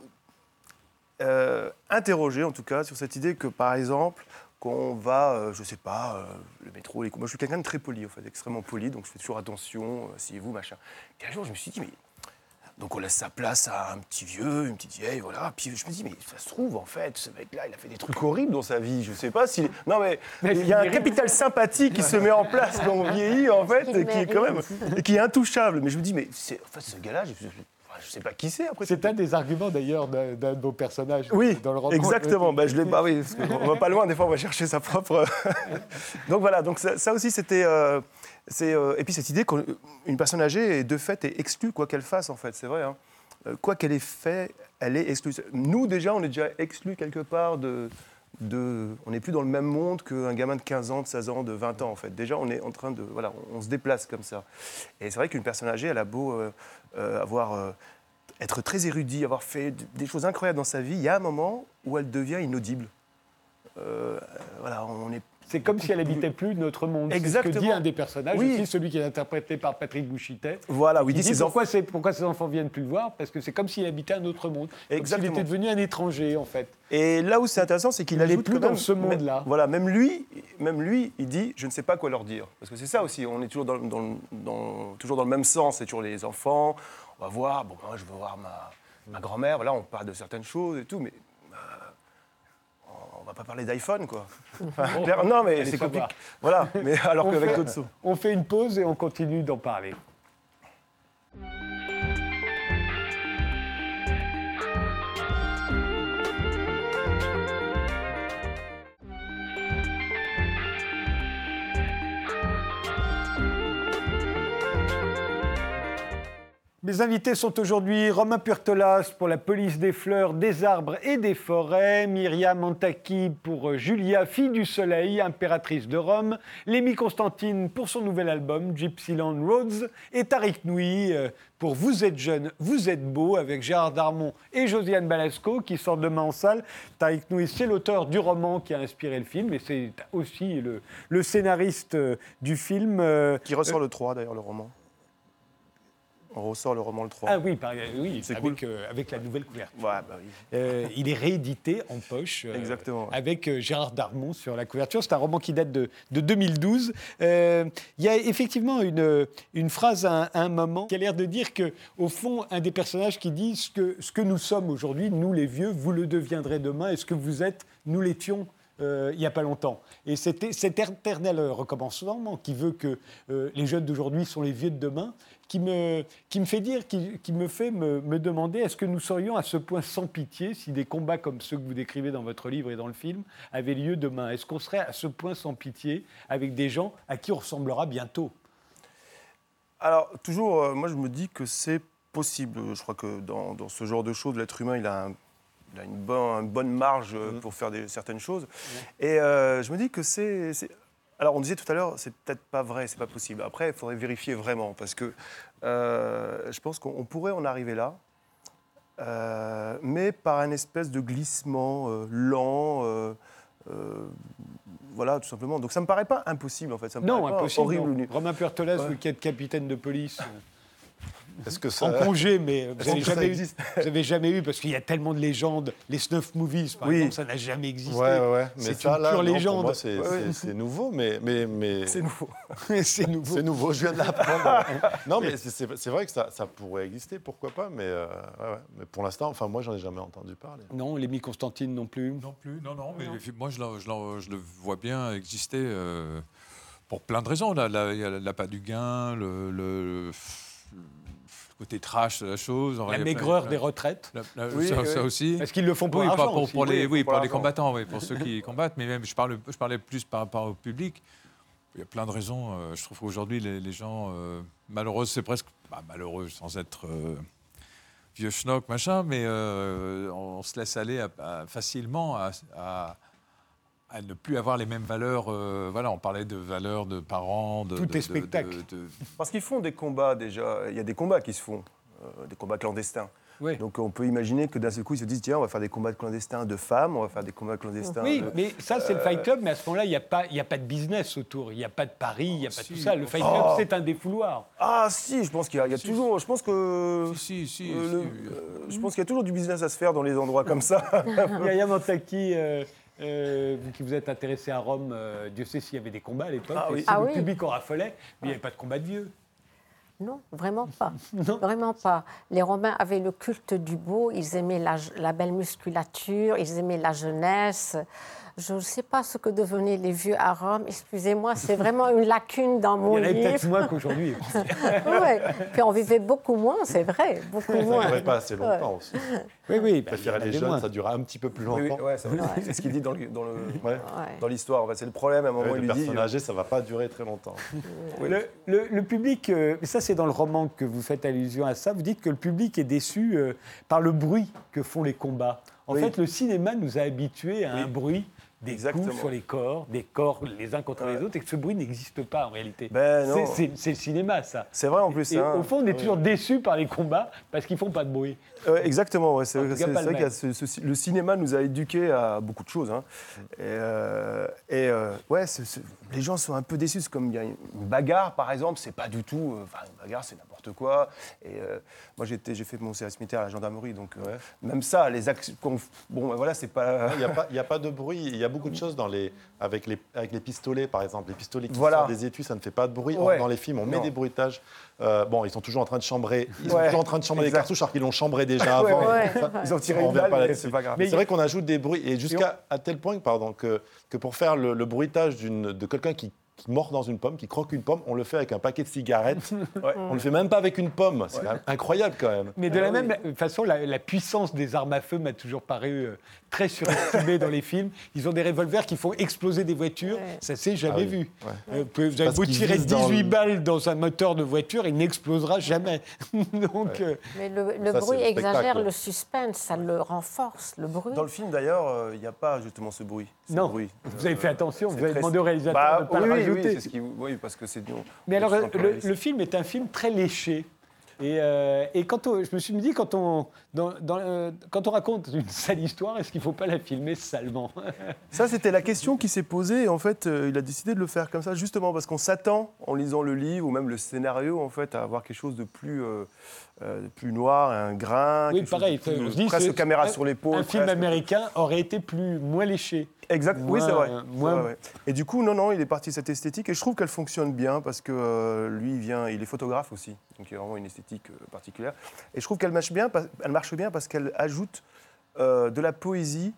euh, interrogé, en tout cas, sur cette idée que, par exemple, qu'on va, euh, je sais pas, euh, le métro, les... moi je suis quelqu'un de très poli, en fait, extrêmement poli, donc je fais toujours attention, euh, asseyez-vous, machin. Et un jour, je me suis dit, mais... Donc on laisse sa place à un petit vieux, une petite vieille, voilà. Puis je me dis, mais ça se trouve, en fait, ce mec-là, il a fait des trucs horribles dans sa vie. Je sais pas s'il... Non, mais Mais il y a un il capital sympathie qui se met en place quand on vieillit, en fait, Qu'il et qui est quand même... mérite. Et qui est intouchable. Mais je me dis, mais c'est... en fait, ce gars-là, je... je... je sais pas qui c'est, après. C'est un des arguments d'ailleurs d'un d'un de vos personnages Oui, dans le roman. exactement. Ben, je l'ai pas, oui, parce qu'on va pas loin, des fois on va chercher sa propre. Donc voilà, donc ça, ça aussi c'était. euh, c'est, euh, et puis cette idée qu'une personne âgée est de fait est exclue, quoi qu'elle fasse en fait, c'est vrai. Hein. Euh, Quoi qu'elle ait fait, elle est exclue. Nous déjà, on est déjà exclus quelque part de, de, on n'est plus dans le même monde qu'un gamin de quinze ans, de seize ans, de vingt ans en fait. Déjà, on est en train de, voilà, on, on se déplace comme ça. Et c'est vrai qu'une personne âgée, elle a beau euh, euh, avoir, euh, être très érudite, avoir fait d- des choses incroyables dans sa vie, il y a un moment où elle devient inaudible. Euh, voilà, on est. C'est comme si elle n'habitait plus notre monde. Exactement. C'est ce que dit un des personnages, Oui. aussi, celui qui est interprété par Patrick Bouchitet. Voilà, oui, qui dit dit ses pourquoi, c'est- pourquoi ses enfants viennent plus le voir, parce que c'est comme s'il habitait un autre monde. Comme s'il Exactement. était devenu un étranger, en fait. Et là où c'est intéressant, c'est qu'il Il n'est ajoute plus quand dans même- ce monde-là. même- Voilà, même lui, même lui, il dit, je ne sais pas quoi leur dire. Parce que c'est ça aussi, on est toujours dans, dans- dans- toujours dans le même sens. C'est toujours les enfants, on va voir, bon, moi je veux voir ma, ma grand-mère, voilà, on parle de certaines choses et tout, mais euh, on va pas parler d'iPhone, quoi. Enfin, clair- non, mais Allez c'est compliqué. savoir. Voilà, mais alors On qu'avec fait- d'autres sauts. On fait une pause et on continue d'en parler. Mes invités sont aujourd'hui Romain Purtelas pour la police des fleurs, des arbres et des forêts, Myriam Antaki pour euh, Julia, fille du soleil, impératrice de Rome, Lémi Constantine pour son nouvel album Gypsyland Roads et Tariq Noui euh, pour Vous êtes jeune, vous êtes beau avec Gérard Darmon et Josiane Balasco qui sort demain en salle. Tariq Noui, c'est l'auteur du roman qui a inspiré le film et c'est aussi le, le scénariste euh, du film. euh, Qui ressort le trois, d'ailleurs, le roman. On ressort le roman le trois. Ah oui, par- oui C'est avec, cool. euh, avec la nouvelle couverture. Ouais, bah oui. Euh, il est réédité en poche euh, Exactement. avec euh, Gérard Darmon sur la couverture. C'est un roman qui date de, de deux mille douze. Euh, Il y a effectivement une, une phrase à un, à un moment qui a l'air de dire qu'au fond, un des personnages qui dit ce que, ce que nous sommes aujourd'hui, nous les vieux, vous le deviendrez demain, et ce que vous êtes, nous l'étions euh, il n'y a pas longtemps. Et c'était cet éternel recommencement qui veut que euh, les jeunes d'aujourd'hui sont les vieux de demain, qui me, qui me fait dire, qui, qui me fait me, me demander est-ce que nous serions à ce point sans pitié si des combats comme ceux que vous décrivez dans votre livre et dans le film avaient lieu demain? Est-ce qu'on serait à ce point sans pitié avec des gens à qui on ressemblera bientôt? Alors, toujours, euh, moi, je me dis que c'est possible. Je crois que dans, dans ce genre de choses, l'être humain, il a, un- il a une, bonne, une bonne marge euh, pour faire des, certaines choses. Et euh, je me dis que c'est... c'est- Alors, on disait tout à l'heure, c'est peut-être pas vrai, c'est pas possible. Après, il faudrait vérifier vraiment, parce que euh, je pense qu'on on pourrait en arriver là, euh, mais par un espèce de glissement euh, lent, euh, euh, voilà, tout simplement. Donc, ça me paraît pas impossible, en fait. Ça me Non, paraît pas impossible. horrible. non. ou nul. Romain Purtelas, Ouais. vous qui êtes capitaine de police, Est-ce que ça... en congé, mais vous Est-ce n'avez que ça jamais, eu- existe vous avez jamais eu, parce qu'il y a tellement de légendes, les snuff movies, par Oui. exemple, ça n'a jamais existé. Ouais, ouais, ouais. Mais C'est ça, une là, pure non, légende. pour moi, c'est Ouais, ouais. c'est- c'est nouveau, mais... mais, mais... C'est nouveau. C'est nouveau. C'est nouveau, je viens de l'apprendre. Non, mais c'est- c'est c'est vrai que ça, ça pourrait exister, pourquoi pas, mais, euh, ouais, ouais. Mais pour l'instant, enfin, moi, j'en ai jamais entendu parler. Non, Lémi Constantine non plus. Non plus, non, non, mais moi je, le- je le- je le vois bien exister euh, pour plein de raisons. Là, là, il y a l'appât du gain, le, le- le côté trash de la chose. La Il y a maigreur plein- des retraites. la- la- Oui, ça, oui. ça aussi. Parce qu'ils le font pour Oui, l'argent pas pour, aussi. pour les, Oui, oui, pour pour les l'argent. combattants, oui, pour ceux qui combattent, mais même je, parle, je parlais plus par rapport au public. Il y a plein de raisons. euh, je trouve qu'aujourd'hui, les, les gens, euh, malheureux, c'est presque bah, malheureux sans être euh, vieux schnock, machin, mais euh, on, se laisse aller à- à- facilement à, à- à ne plus avoir les mêmes valeurs. euh, voilà, on parlait de valeurs de parents, de. Tout de- est de- spectacle. de- de- Parce qu'ils font des combats déjà. Il y a des combats qui se font, euh, des combats clandestins. Oui. Donc on peut imaginer que d'un seul coup ils se disent tiens, on va faire des combats clandestins de femmes, on va faire des combats clandestins. Oui, de... mais ça, c'est le Fight Club, mais à ce moment-là, il n'y a, pas- il y a pas de business autour. Il n'y a pas de paris, il n'y a pas si. tout ça. Le Fight Club, Oh. c'est un défouloir. Ah si, je pense qu'il y a, il y a Si. toujours. Je pense que. Si, si, si. euh, si. le- euh, je pense qu'il y a toujours du business à se faire dans les endroits comme ça. Myriam Antaki, euh, euh, vous qui vous êtes intéressé à Rome, euh, Dieu sait s'il y avait des combats à l'époque. Ah et oui. si Ah le oui. public en raffolait, mais il n'y avait pas de combat de vieux. Non, vraiment pas. Non. Vraiment pas. Les Romains avaient le culte du beau, ils aimaient la, la belle musculature, ils aimaient la jeunesse. Je ne sais pas ce que devenaient les vieux à Rome. Excusez-moi, c'est vraiment une lacune dans Il mon y en avait livre. peut-être moins qu'aujourd'hui. Ouais. Puis on vivait beaucoup moins, c'est vrai, beaucoup Ça ne moins. durait pas assez longtemps aussi. Oui, oui. Je bah, préférais il y en les avait jeunes, moins. ça durait un petit peu plus Oui, oui, longtemps. ouais, c'est vrai. C'est ce qu'il dit dans le- dans le- Ouais. Ouais. dans l'histoire. En fait, c'est le problème. À un moment, Ouais, il les lui dit. personnes âgées, ça ne va pas durer très longtemps. Le, le- le public, euh, mais ça c'est dans le roman que vous faites allusion à ça, vous dites que le public est déçu euh, par le bruit que font les combats. En Oui. fait, le cinéma nous a habitués à Oui. un bruit des Exactement. coups sur les corps, des corps les uns contre Ouais. les autres, et que ce bruit n'existe pas en réalité. Ben, non. C'est- c'est c'est le cinéma, ça. C'est vrai en plus. Et hein. au fond, on est Ouais. toujours déçus par les combats parce qu'ils font pas de bruit. Ouais, exactement, ouais, c'est En vrai, tout cas, c'est- pas c'est le vrai même. que ce- ce- le cinéma nous a éduqués à beaucoup de choses. hein. Et, euh, et, euh, ouais, c'est- c'est- les gens sont un peu déçus. C'est comme il y a une bagarre, par exemple, c'est pas du tout. euh, Enfin, une bagarre, c'est n'importe quoi. Et euh, moi, j'étais- j'ai fait mon service militaire à la gendarmerie, donc euh, Ouais. même ça, les actions. Bon, ben voilà, c'est pas. Il n'y a, pas- il y a pas de bruit. Il y a beaucoup de choses dans les, avec, les, avec les pistolets, par exemple. Les pistolets qui Voilà. sortent des étuis, ça ne fait pas de bruit. Ouais. Or, dans les films, on met Non. des bruitages. Euh, bon, ils sont toujours en train de chambrer. Ils sont Ouais. toujours en train de chambrer les Exact. cartouches alors qu'ils l'ont chambré déjà Ouais, avant. ouais. Ça, Ils ont tiré on une revient balle, pas mais là-dessus. c'est pas grave. Mais c'est vrai qu'on ajoute des bruits. Et jusqu'à à tel point pardon, que, que pour faire le, le bruitage d'une- de quelqu'un qui, qui mord dans une pomme, qui croque une pomme, on le fait avec un paquet de cigarettes. Ouais. On le fait même pas avec une pomme. C'est quand même incroyable quand même. Mais de Ah la oui. même façon, la, la puissance des armes à feu m'a toujours paru euh, très surestimée dans les films. Ils ont des revolvers qui font exploser des voitures. Ouais. Ça s'est jamais Ah oui. vu. Ouais. Euh, vous avez Parce beau qu'ils tirer visent dans dix-huit le- balles dans un moteur de voiture, il n'explosera jamais. Donc, euh, Mais le, le Ça, c'est bruit le exagère spectacle. le suspense, ça le renforce, le bruit. Dans le film, d'ailleurs, euh, il n'y a pas justement ce bruit. ce non, bruit. vous avez fait attention, c'est vous avez très- demandé au réalisateur Bah, de ne pas oui, le oui, rajouter. oui, c'est ce qui- oui, parce que c'est. non, Mais alors, c'est euh, un peu le, réaliste. le film est un film très léché. Et, euh, et quand on- je me suis dit, quand on, dans- dans, euh, quand on raconte une sale histoire, est-ce qu'il ne faut pas la filmer salement? Ça, c'était la question qui s'est posée. Et en fait, euh, il a décidé de le faire comme ça, justement parce qu'on s'attend, en lisant le livre ou même le scénario, en fait, à avoir quelque chose de plus, euh, euh, de plus noir, un grain. Oui, quelque chose pareil. de plus- on se dit, presque c'est- caméra un- sur l'épaule. Un film presque. américain aurait été plus, moins léché. Exact. oui, c'est moins- vrai. C'est moins- vrai, ouais. Et du coup, non, non, il est parti de cette esthétique et je trouve qu'elle fonctionne bien parce que euh, lui, il vient, il est photographe aussi, donc il y a vraiment une esthétique euh, particulière. Et je trouve qu'elle marche bien, parce- elle marche bien parce qu'elle ajoute euh, de la poésie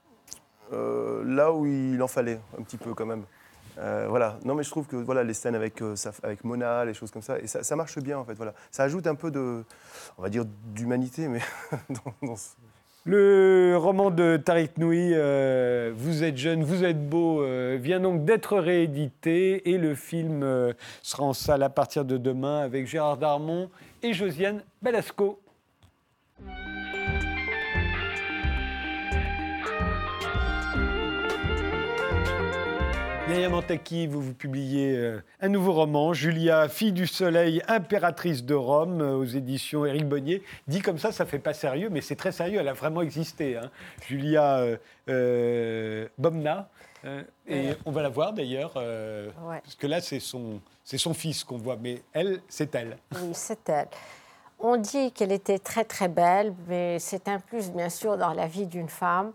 euh, là où il en fallait un petit peu quand même. Euh, voilà. Non, mais je trouve que voilà les scènes avec euh, sa- avec Mona, les choses comme ça, et ça, ça marche bien en fait. Voilà. Ça ajoute un peu de, on va dire d'humanité, mais dans, dans ce- Le roman de Tariq Noui, euh, Vous êtes jeune, vous êtes beau, euh, vient donc d'être réédité et le film euh, sera en salle à partir de demain avec Gérard Darmon et Josiane Balasco. Yaya Mantaki, vous, vous publiez euh, un nouveau roman, Julia, fille du soleil, impératrice de Rome, euh, aux éditions Éric Bonnier. Dit comme ça, ça fait pas sérieux, mais c'est très sérieux, elle a vraiment existé. hein. Julia euh, euh, Bomna, euh, et Ouais. on va la voir d'ailleurs, euh, Ouais. parce que là, c'est son, c'est son fils qu'on voit, mais elle, c'est elle. Oui, c'est elle. On dit qu'elle était très très belle, mais c'est un plus bien sûr dans la vie d'une femme.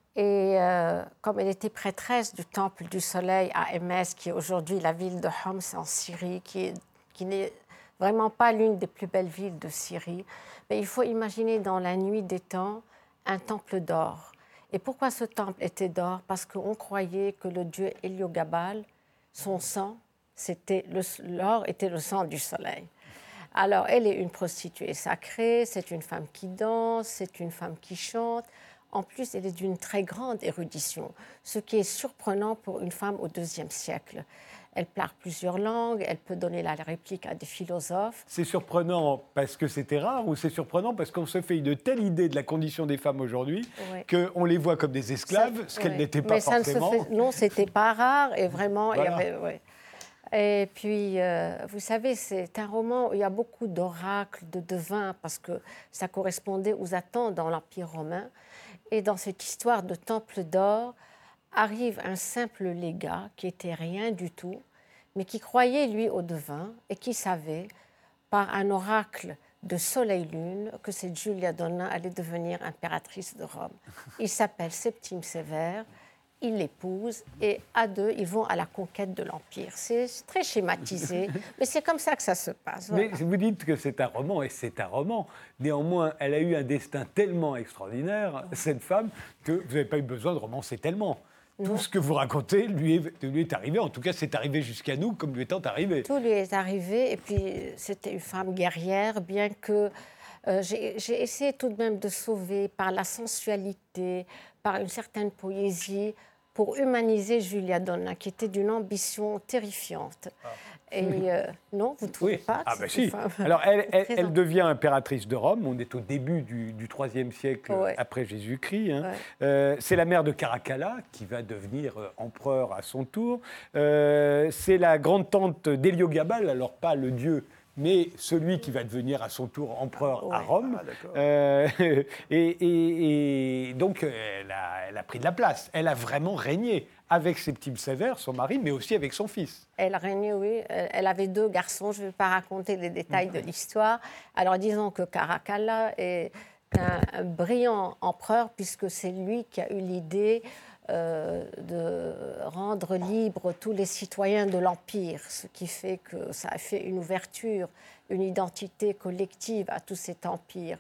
Et euh, comme elle était prêtresse du Temple du Soleil à Émès, qui est aujourd'hui la ville de Homs en Syrie, qui, est- qui n'est vraiment pas l'une des plus belles villes de Syrie, mais il faut imaginer dans la nuit des temps un temple d'or. Et pourquoi ce temple était d'or? Parce qu'on croyait que le dieu Héliogabal, son sang, c'était le- l'or était le sang du soleil. Alors, elle est une prostituée sacrée, c'est une femme qui danse, c'est une femme qui chante. En plus, elle est d'une très grande érudition, ce qui est surprenant pour une femme au deuxième siècle. Elle parle plusieurs langues, elle peut donner la réplique à des philosophes. C'est surprenant parce que c'était rare ou c'est surprenant parce qu'on se fait une telle idée de la condition des femmes aujourd'hui Ouais. qu'on les voit comme des esclaves, Ça- ce qu'elles ouais. n'étaient pas Mais ça ne se forcément. fait- non, c'était pas rare et vraiment, il y Voilà. avait. Ouais. Et puis, euh, vous savez, c'est un roman où il y a beaucoup d'oracles, de devins, parce que ça correspondait aux attentes dans l'Empire romain. Et dans cette histoire de temple d'or, arrive un simple légat qui était rien du tout, mais qui croyait, lui, aux devins et qui savait, par un oracle de soleil-lune, que cette Julia Donna allait devenir impératrice de Rome. Il s'appelle Septime Sévère. Il l'épouse et à deux, ils vont à la conquête de l'Empire. C'est très schématisé, mais c'est comme ça que ça se passe. Mais voilà. vous dites que c'est un roman, et c'est un roman. Néanmoins, elle a eu un destin tellement extraordinaire, cette femme, que vous n'avez pas eu besoin de romancer tellement. Tout ce que vous racontez lui est, lui est arrivé. En tout cas, c'est arrivé jusqu'à nous comme lui étant arrivé. Tout lui est arrivé et puis c'était une femme guerrière, bien que euh, j'ai j'ai essayé tout de même de sauver par la sensualité, par une certaine poésie, pour humaniser Julia Donna, qui était d'une ambition terrifiante. Ah. Et euh, non, vous ne trouvez oui. pas Ah ben si. Alors, elle, elle, elle devient impératrice de Rome. On est au début du, du troisième siècle ouais. après Jésus-Christ. Hein. Ouais. Euh, c'est la mère de Caracalla, qui va devenir euh, empereur à son tour. Euh, c'est la grande-tante d'Héliogabale, alors pas le dieu, mais celui qui va devenir à son tour empereur ouais. à Rome. Ah, euh, et, et, et donc, elle a, elle a pris de la place. Elle a vraiment régné avec Septime Sévère, son mari, mais aussi avec son fils. Elle a régné, oui. Elle avait deux garçons. Je ne vais pas raconter les détails de l'histoire. Alors, disons que Caracalla est un, un brillant empereur, puisque c'est lui qui a eu l'idée Euh, de rendre libres tous les citoyens de l'Empire, ce qui fait que ça a fait une ouverture, une identité collective à tout cet empire.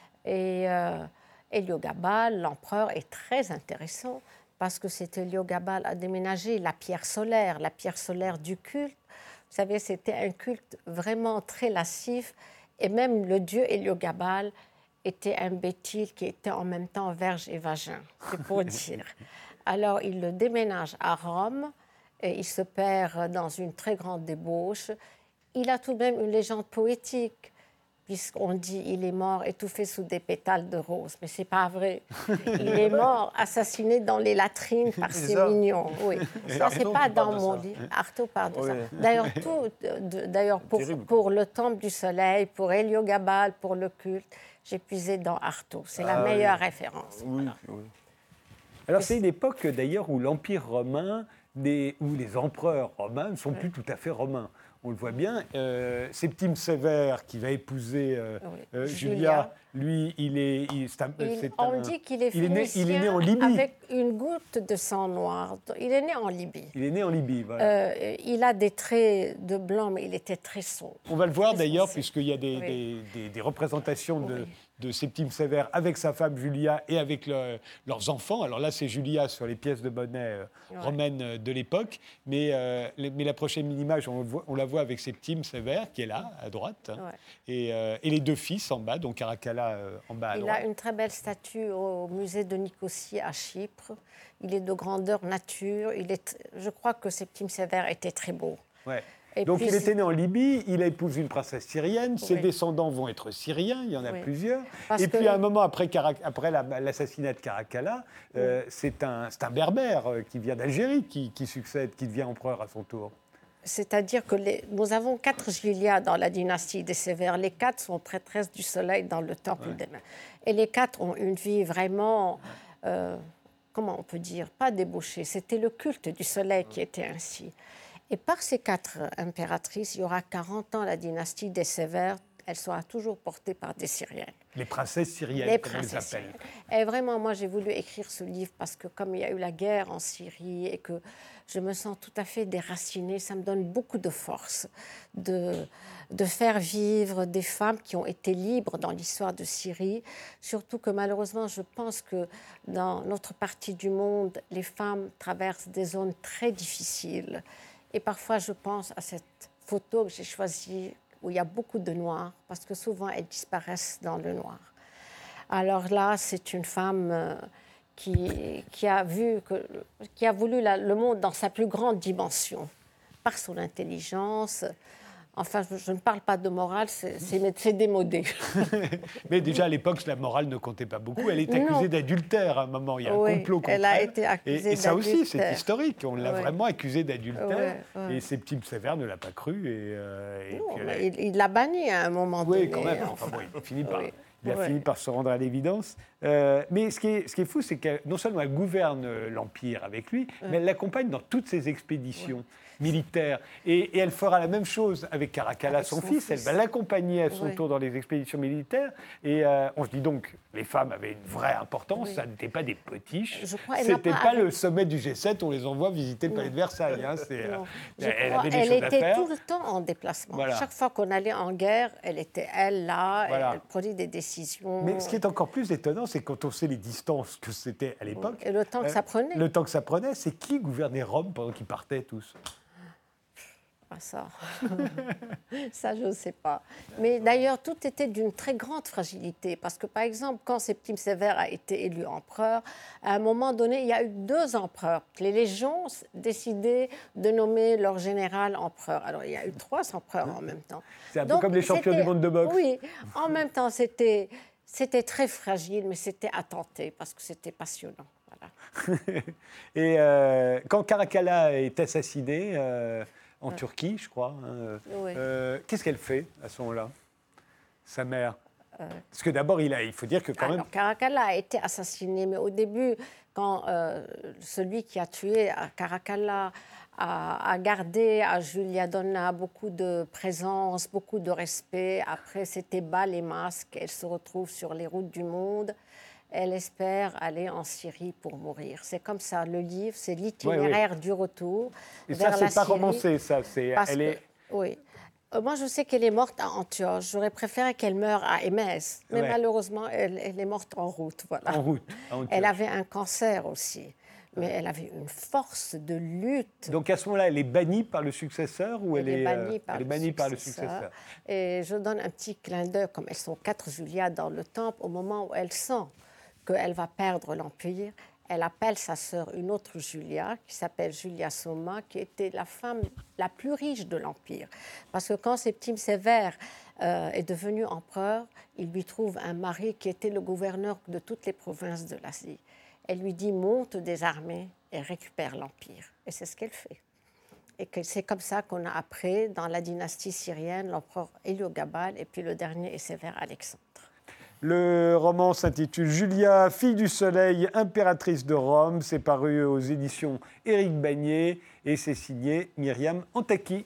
Et euh, Héliogabale, l'empereur, est très intéressant parce que c'est Héliogabale a déménagé la pierre solaire, la pierre solaire du culte. Vous savez, c'était un culte vraiment très lascif et même le dieu Héliogabale était un bétil qui était en même temps verge et vagin, c'est pour dire. Alors, il le déménage à Rome et il se perd dans une très grande débauche. Il a tout de même une légende poétique, puisqu'on dit qu'il est mort étouffé sous des pétales de rose. Mais ce n'est pas vrai. Il est mort assassiné dans les latrines par ses mignons. Oui. Ça, ce n'est pas dans mon livre. Artaud parle de oui. ça. D'ailleurs, tout, de, d'ailleurs pour, pour le Temple du Soleil, pour Héliogabale, pour le culte, j'ai puisé dans Artaud. C'est ah, la meilleure oui. référence. Oui, voilà. oui. Alors, c'est une époque, d'ailleurs, où l'Empire romain, des, où les empereurs romains ne sont oui. plus tout à fait romains. On le voit bien. Euh, Septime Sévère, qui va épouser euh, oui. euh, Julia, Julia, lui, il est... Il, c'est un, il, c'est on un, dit qu'il est il est, né, il est né en Libye. Avec une goutte de sang noir. Il est né en Libye. Il est né en Libye, voilà. Euh, il a des traits de blanc, mais il était très sombre. On va le voir, d'ailleurs, puisqu'il y a des, oui. des, des, des représentations de... Oui. de Septime Sévère avec sa femme Julia et avec le, leurs enfants. Alors là, c'est Julia sur les pièces de monnaie euh, ouais. romaines de l'époque. Mais, euh, les, mais la prochaine image, on, voit, on la voit avec Septime Sévère, qui est là, à droite. Ouais. Et, euh, et les deux fils en bas, donc Caracalla euh, en bas à Il droite. Il a une très belle statue au musée de Nicosie à Chypre. Il est de grandeur nature. Il est, je crois que Septime Sévère était très beau. Ouais. Et donc puis, il était né en Libye, il a épousé une princesse syrienne, ses oui. descendants vont être syriens, il y en a oui. plusieurs. Parce et puis que... à un moment après, Carac... après la, l'assassinat de Caracalla, oui. euh, c'est, un, c'est un berbère euh, qui vient d'Algérie qui, qui succède, qui devient empereur à son tour. C'est-à-dire que les... nous avons quatre Julia dans la dynastie des Sévères. Les quatre sont prêtresses du soleil dans le temple ouais. des mains. Et les quatre ont une vie vraiment, euh, comment on peut dire, pas débauchée. C'était le culte du soleil qui était ainsi. Et par ces quatre impératrices, il y aura quarante ans, la dynastie des Sévères, elle sera toujours portée par des Syriennes. Les princesses syriennes, les comme on les appelle. Et vraiment, moi, j'ai voulu écrire ce livre parce que comme il y a eu la guerre en Syrie et que je me sens tout à fait déracinée, ça me donne beaucoup de force de, de faire vivre des femmes qui ont été libres dans l'histoire de Syrie. Surtout que malheureusement, je pense que dans notre partie du monde, les femmes traversent des zones très difficiles. Et parfois, je pense à cette photo que j'ai choisie où il y a beaucoup de noirs, parce que souvent, elles disparaissent dans le noir. Alors là, c'est une femme euh, qui, qui, a vu que, qui a voulu la, le monde dans sa plus grande dimension, par son intelligence. Enfin, je, je ne parle pas de morale, c'est, c'est, c'est démodé. Mais déjà, à l'époque, la morale ne comptait pas beaucoup. Elle est accusée non. d'adultère à un moment. Il y a oui, un complot contre elle. Elle a été accusée et, et ça aussi, c'est historique. On l'a oui. vraiment accusée d'adultère. Oui, oui. Et Septime Sévère ne l'a pas cru. Et, euh, et non, puis elle... il, il l'a banni à un moment oui, donné. Oui, quand même. Enfin, bon, il finit par... Oui. Il a ouais. fini par se rendre à l'évidence. Euh, mais ce qui, est, ce qui est fou, c'est que non seulement elle gouverne l'Empire avec lui, ouais. mais elle l'accompagne dans toutes ses expéditions ouais. militaires. Et, et elle fera la même chose avec Caracalla, son, son fils. fils. Elle va l'accompagner à son ouais. tour dans les expéditions militaires. Et euh, on se dit donc, les femmes avaient une vraie importance. Oui. Ça n'était pas des potiches. Ce n'était pas, pas avec... le sommet du G sept, on les envoie visiter le palais de Versailles. Hein. C'est, euh, elle avait des elle choses était à faire. Tout le temps en déplacement. Voilà. Chaque fois qu'on allait en guerre, elle était elle là. Voilà. Elle prenait des décisions. Mais ce qui est encore plus étonnant, c'est quand on sait les distances que c'était à l'époque. Et le temps que ça prenait. Le temps que ça prenait, c'est qui gouvernait Rome pendant qu'ils partaient tous ? Ah, ça, ça, je ne sais pas. Mais d'ailleurs, tout était d'une très grande fragilité. Parce que, par exemple, quand Septime Sévère a été élu empereur, à un moment donné, il y a eu deux empereurs. Les légions décidaient de nommer leur général empereur. Alors, il y a eu trois empereurs en même temps. C'est un Donc, peu comme les champions du monde de boxe. Oui, en même temps, c'était, c'était très fragile, mais c'était à tenter parce que c'était passionnant. Voilà. Et euh, quand Caracalla est assassiné... Euh, en Turquie, je crois. Hein. Oui. Euh, qu'est-ce qu'elle fait à ce moment-là, sa mère? euh... Parce que d'abord, il, a, il faut dire que quand Alors, même... Caracalla a été assassiné, mais au début, quand euh, celui qui a tué Caracalla a, a gardé à Julia Donna beaucoup de présence, beaucoup de respect. Après, c'était bas les masques. Elle se retrouve sur les routes du monde. Elle espère aller en Syrie pour mourir. C'est comme ça, le livre, c'est l'itinéraire oui, oui. du retour Et vers ça, la Syrie. c'est pas romancé, ça. C'est, elle que, est... Oui. Euh, moi, je sais qu'elle est morte à Antioche. J'aurais préféré qu'elle meure à Émesse. Mais ouais. malheureusement, elle, elle est morte en route. Voilà. En route, à Elle avait un cancer aussi. Mais elle avait une force de lutte. Donc à ce moment-là, elle est bannie par le successeur ou elle, elle est bannie, par, elle le est bannie par le successeur. Et je donne un petit clin d'œil, comme elles sont quatre Julia dans le temple, au moment où elle sent qu'elle va perdre l'Empire, elle appelle sa sœur, une autre Julia, qui s'appelle Julia Soma, qui était la femme la plus riche de l'Empire. Parce que quand Septime Sévère euh, est devenu empereur, il lui trouve un mari qui était le gouverneur de toutes les provinces de l'Asie. Elle lui dit « monte des armées et récupère l'Empire ». Et c'est ce qu'elle fait. Et que c'est comme ça qu'on a après, dans la dynastie syrienne, l'empereur Héliogabale et puis le dernier est Sévère Alexandre. Le roman s'intitule Julia, fille du soleil, impératrice de Rome. C'est paru aux éditions Éric Bagné et c'est signé Myriam Antaki.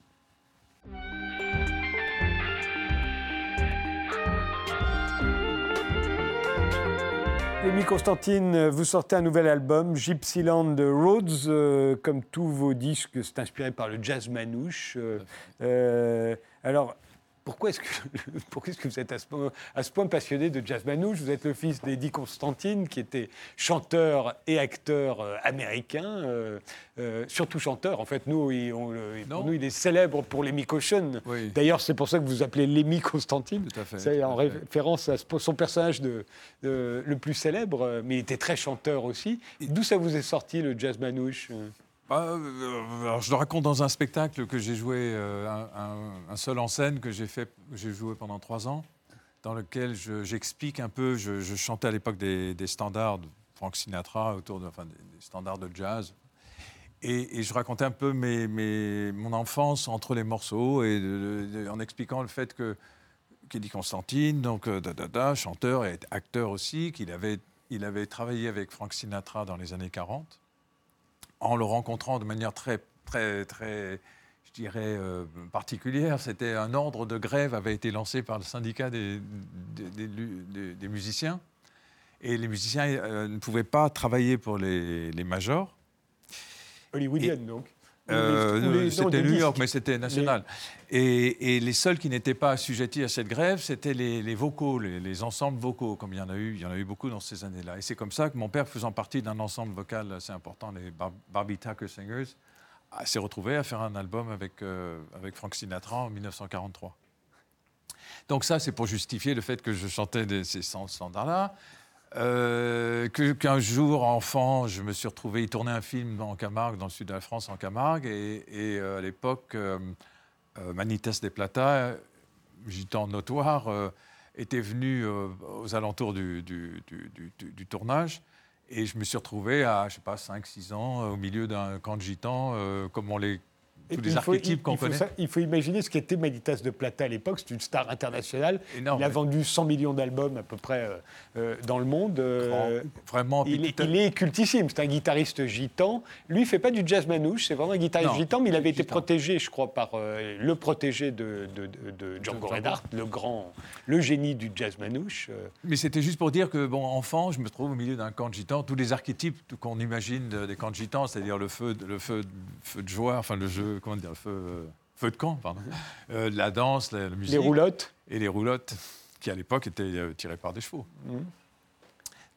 Amy Constantine, vous sortez un nouvel album, Gypsyland Roads. Euh, comme tous vos disques, c'est inspiré par le jazz manouche. Euh, euh, alors... Pourquoi est-ce, que, pourquoi est-ce que vous êtes à ce, point, à ce point passionné de jazz manouche? Vous êtes le fils d'Eddie Constantine, qui était chanteur et acteur euh, américain, euh, euh, surtout chanteur. En fait, nous, il, on, pour nous, il est célèbre pour Lemmy Caution. Oui. D'ailleurs, c'est pour ça que vous appelez Lemmy Constantine. Tout à fait. C'est tout en à fait. référence à son personnage de, de, le plus célèbre, mais il était très chanteur aussi. D'où ça vous est sorti, le jazz manouche? Euh, alors je le raconte dans un spectacle que j'ai joué, euh, un, un, un seul en scène que j'ai fait, que j'ai joué pendant trois ans, dans lequel je, j'explique un peu. Je, je chantais à l'époque des, des standards de Frank Sinatra, autour de, enfin, des, des standards de jazz, et, et je racontais un peu mes, mes, mon enfance entre les morceaux, et de, de, en expliquant le fait que qu'Eddie Constantine, donc da, da, da, chanteur et acteur aussi, qu'il avait, il avait travaillé avec Frank Sinatra dans les années quarante. En le rencontrant de manière très, très, très, je dirais, euh, particulière. C'était un ordre de grève avait été lancé par le syndicat des, des, des, des, des musiciens. Et les musiciens euh, ne pouvaient pas travailler pour les, les majors. Hollywoodienne, donc. Euh, les, les, c'était New York, mais c'était national. Les... Et, et les seuls qui n'étaient pas assujettis à cette grève, c'était les, les vocaux, les, les ensembles vocaux, comme il y en a eu, il y en a eu beaucoup dans ces années-là. Et c'est comme ça que mon père, faisant partie d'un ensemble vocal assez important, les Bar- Barbie Tucker Singers, s'est retrouvé à faire un album avec, euh, avec Frank Sinatra en dix-neuf cent quarante-trois. Donc ça, c'est pour justifier le fait que je chantais des, ces standards-là. Euh, que, qu'un jour, enfant, je me suis retrouvé, il tournait un film en Camargue, dans le sud de la France, en Camargue, et, et euh, à l'époque, euh, euh, Manitas de Plata, gitan notoire, euh, était venu euh, aux alentours du, du, du, du, du tournage, et je me suis retrouvé à, je sais pas, cinq six ans, euh, au milieu d'un camp de gitans, euh, comme on les... tous les archétypes qu'on connaît. Ça, il faut imaginer ce qu'était Manitas de Plata à l'époque. C'est une star internationale. Énorme, il a ouais. vendu cent millions d'albums à peu près euh, euh, dans le monde. Euh, Vraiment. Il, est, il est cultissime. C'est un guitariste gitan. Lui, il ne fait pas du jazz manouche. C'est vraiment un guitariste non, gitan, mais il avait été gitan. protégé, je crois, par euh, le protégé de, de, de, de Django Reinhardt, le grand, le génie du jazz manouche. Mais c'était juste pour dire que, bon, enfant, je me trouve au milieu d'un camp de gitans. Tous les archétypes qu'on imagine des camps de gitans, c'est-à-dire le feu, le feu, feu de joie, enfin le jeu. Comment dire, le feu, euh, feu de camp, pardon. Euh, la danse, la, la musique. Les roulottes. Et les roulottes, qui à l'époque étaient euh, tirées par des chevaux. Mmh.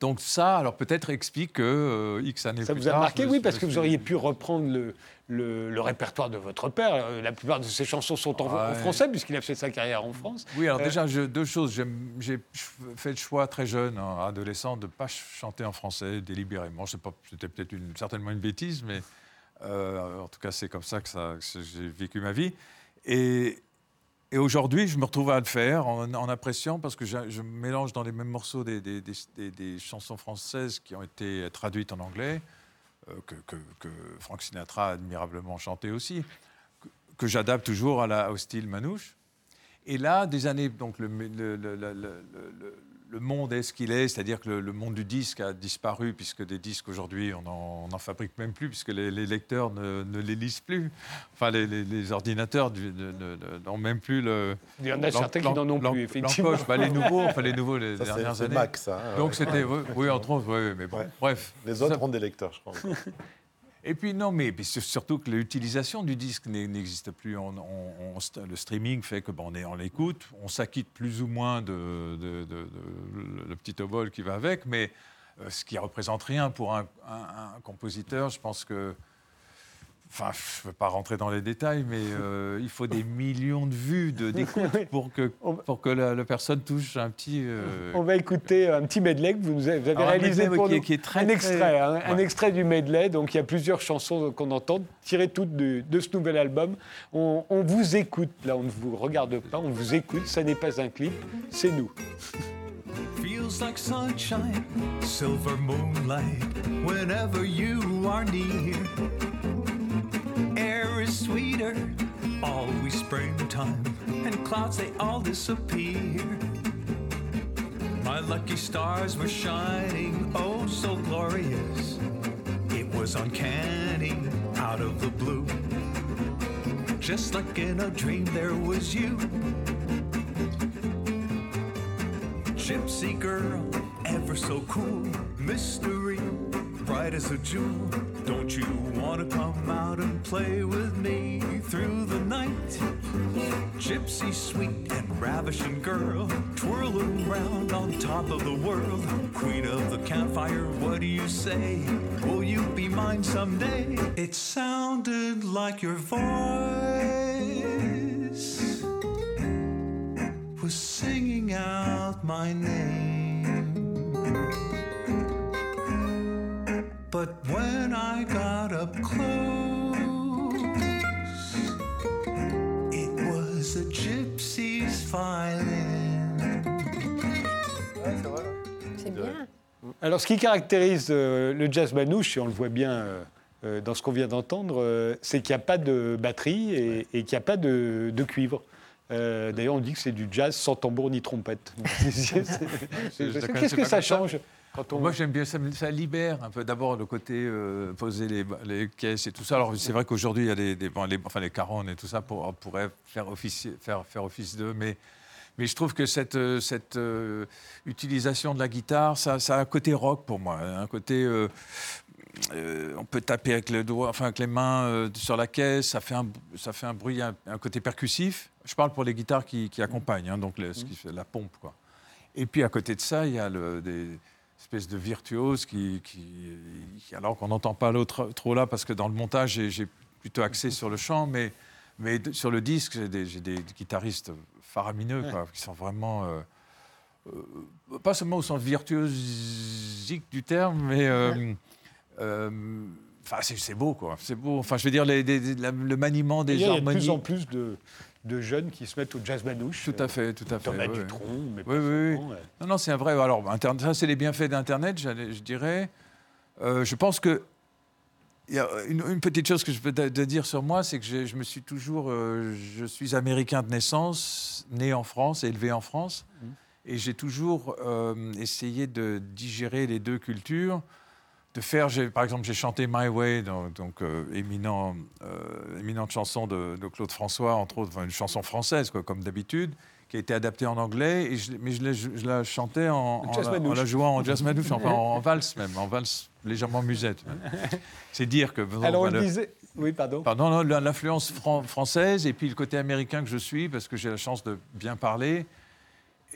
Donc ça, alors peut-être explique que euh, X années Ça plus vous a tard... marqué, je- oui, je parce que suis- vous auriez pu reprendre le, le, le répertoire de votre père. Euh, La plupart de ses chansons sont en, en Ouais. français, puisqu'il a fait sa carrière en France. Oui, alors Euh, déjà, je- deux choses. J'aime- J'ai fait le choix très jeune, hein, adolescent, de ne pas ch- chanter en français délibérément. Je sais pas, c'était peut-être une- certainement une bêtise, mais euh, en tout cas, c'est comme ça que, ça, que j'ai vécu ma vie. Et, et aujourd'hui, je me retrouve à le faire en, en appréciant, parce que je, je mélange dans les mêmes morceaux des, des- des- des- des chansons françaises qui ont été traduites en anglais, euh, que, que- que Frank Sinatra a admirablement chanté aussi, que, que j'adapte toujours à la, au style manouche. Et là, des années, donc le, le- le- le- le- le- le monde est ce qu'il est, c'est-à-dire que le, le monde du disque a disparu, puisque des disques aujourd'hui, on n'en fabrique même plus, puisque les, les lecteurs ne, ne les lisent plus. Enfin, les, les- les ordinateurs du- ne- ne- ne- n'ont même plus le... Il y en a certains qui n'en ont l'en- plus, effectivement. l'encoche. Bah, les nouveaux, enfin les nouveaux, les Ça, c'est- dernières c'est années. Mac, ça, hein, Donc ouais. c'était, oui, oui, entre autres, oui, mais bon, Ouais. bref. Les autres Ça- ont des lecteurs, je crois. Et puis non, mais, mais c'est surtout que l'utilisation du disque n'est- n'existe plus. On- on- on- le streaming fait que bon, on, est- on l'écoute, on s'acquitte plus ou moins de, de- de- de- le petit obol qui va avec, mais euh, ce qui représente rien pour un, un- un compositeur. Je pense que, enfin, je ne veux pas rentrer dans les détails, mais euh, il faut des millions de vues de- d'écoute pour que pour que la, la personne touche un petit. euh, On va écouter un petit medley que vous, nous avez, vous avez Alors, un réalisé medley, pour oui, qui est- nous. qui est très, un extrait, hein, très- un ouais. extrait du medley. Donc il y a plusieurs chansons qu'on entend, tirées toutes de, de ce nouvel album. On, on vous écoute, là on ne vous regarde pas, on vous écoute, ça n'est pas un clip, c'est nous. Feels like sunshine, silver moonlight, whenever you are near. Air is sweeter, always springtime, and clouds they all disappear. My lucky stars were shining, oh so glorious. It was uncanny, out of the blue. Just like in a dream there was you. Gypsy girl, ever so cool, mystery, bright as a jewel. Don't you wanna come out and play with me through the night? Gypsy sweet and ravishing girl, twirling round on top of the world. Queen of the campfire, what do you say? Will you be mine someday? It sounded like your voice was singing out my name. But when I got up close, it was a gypsy's violin. C'est bien. Alors ce qui caractérise euh, le jazz manouche, et on le voit bien euh, euh, dans ce qu'on vient d'entendre, euh, c'est qu'il n'y a pas de batterie et, et qu'il n'y a pas de, de cuivre. Euh, D'ailleurs, on dit que c'est du jazz sans tambour ni trompette. Qu'est-ce que ça change quand on... Moi, j'aime bien, ça, me- ça libère un peu. D'abord, le côté euh, poser les, les caisses et tout ça. Alors, c'est vrai qu'aujourd'hui, il y a des, des- bon, les, enfin, les caronnes et tout ça, pour, on pourrait faire office, faire, faire office d'eux. Mais, mais je trouve que cette, euh, cette euh, utilisation de la guitare, ça, ça a un côté rock pour moi. Un côté... euh, euh, on peut taper avec, le doigt, enfin, avec les mains euh, sur la caisse, ça fait un, ça fait un bruit, un, un côté percussif. Je parle pour les guitares qui, qui accompagnent, hein, donc les- ce qui fait la pompe, quoi. Et puis à côté de ça, il y a le, des espèces de virtuoses qui, qui, qui- alors qu'on n'entend pas l'autre trop là, parce que dans le montage, j'ai- j'ai plutôt axé sur le chant, mais, mais de- sur le disque, j'ai des, j'ai des guitaristes faramineux, quoi, qui sont vraiment... euh, euh, pas seulement au sens virtuosique du terme, mais... euh, euh, Enfin, c'est c'est beau, quoi. C'est beau. Enfin, je veux dire, les- des- la- le maniement des Il y a de harmonies. plus en plus de, de jeunes qui se mettent au jazz manouche. Tout à fait, tout à fait. Thomas oui, oui. Dutronc, mais Oui, pas oui, oui. seulement, ouais. Non, non, c'est un vrai. Alors, Internet, ça, c'est les bienfaits d'Internet, j'allais- je dirais. Euh, je pense que il y a une, une petite chose que je peux te- te dire sur moi, c'est que je, je me suis toujours, euh, je suis américain de naissance, né en France, élevé en France, Mmh. et j'ai toujours euh, essayé de digérer les deux cultures. De faire, j'ai- par exemple, j'ai chanté My Way, donc, donc euh, éminent, euh, éminente chanson de, de Claude François, entre autres, enfin, une chanson française, quoi, comme d'habitude, qui a été adaptée en anglais, et je, mais je, l'ai- je la chantais en, en, jazz la, en manouche. la jouant en jazz manouche, enfin en, en valse même, en valse légèrement musette. même. C'est dire que... bon, Alors on voilà. le disait... Oui, pardon. Pardon, non, la- l'influence fran- française et puis le côté américain que je suis, parce que j'ai la chance de bien parler. Et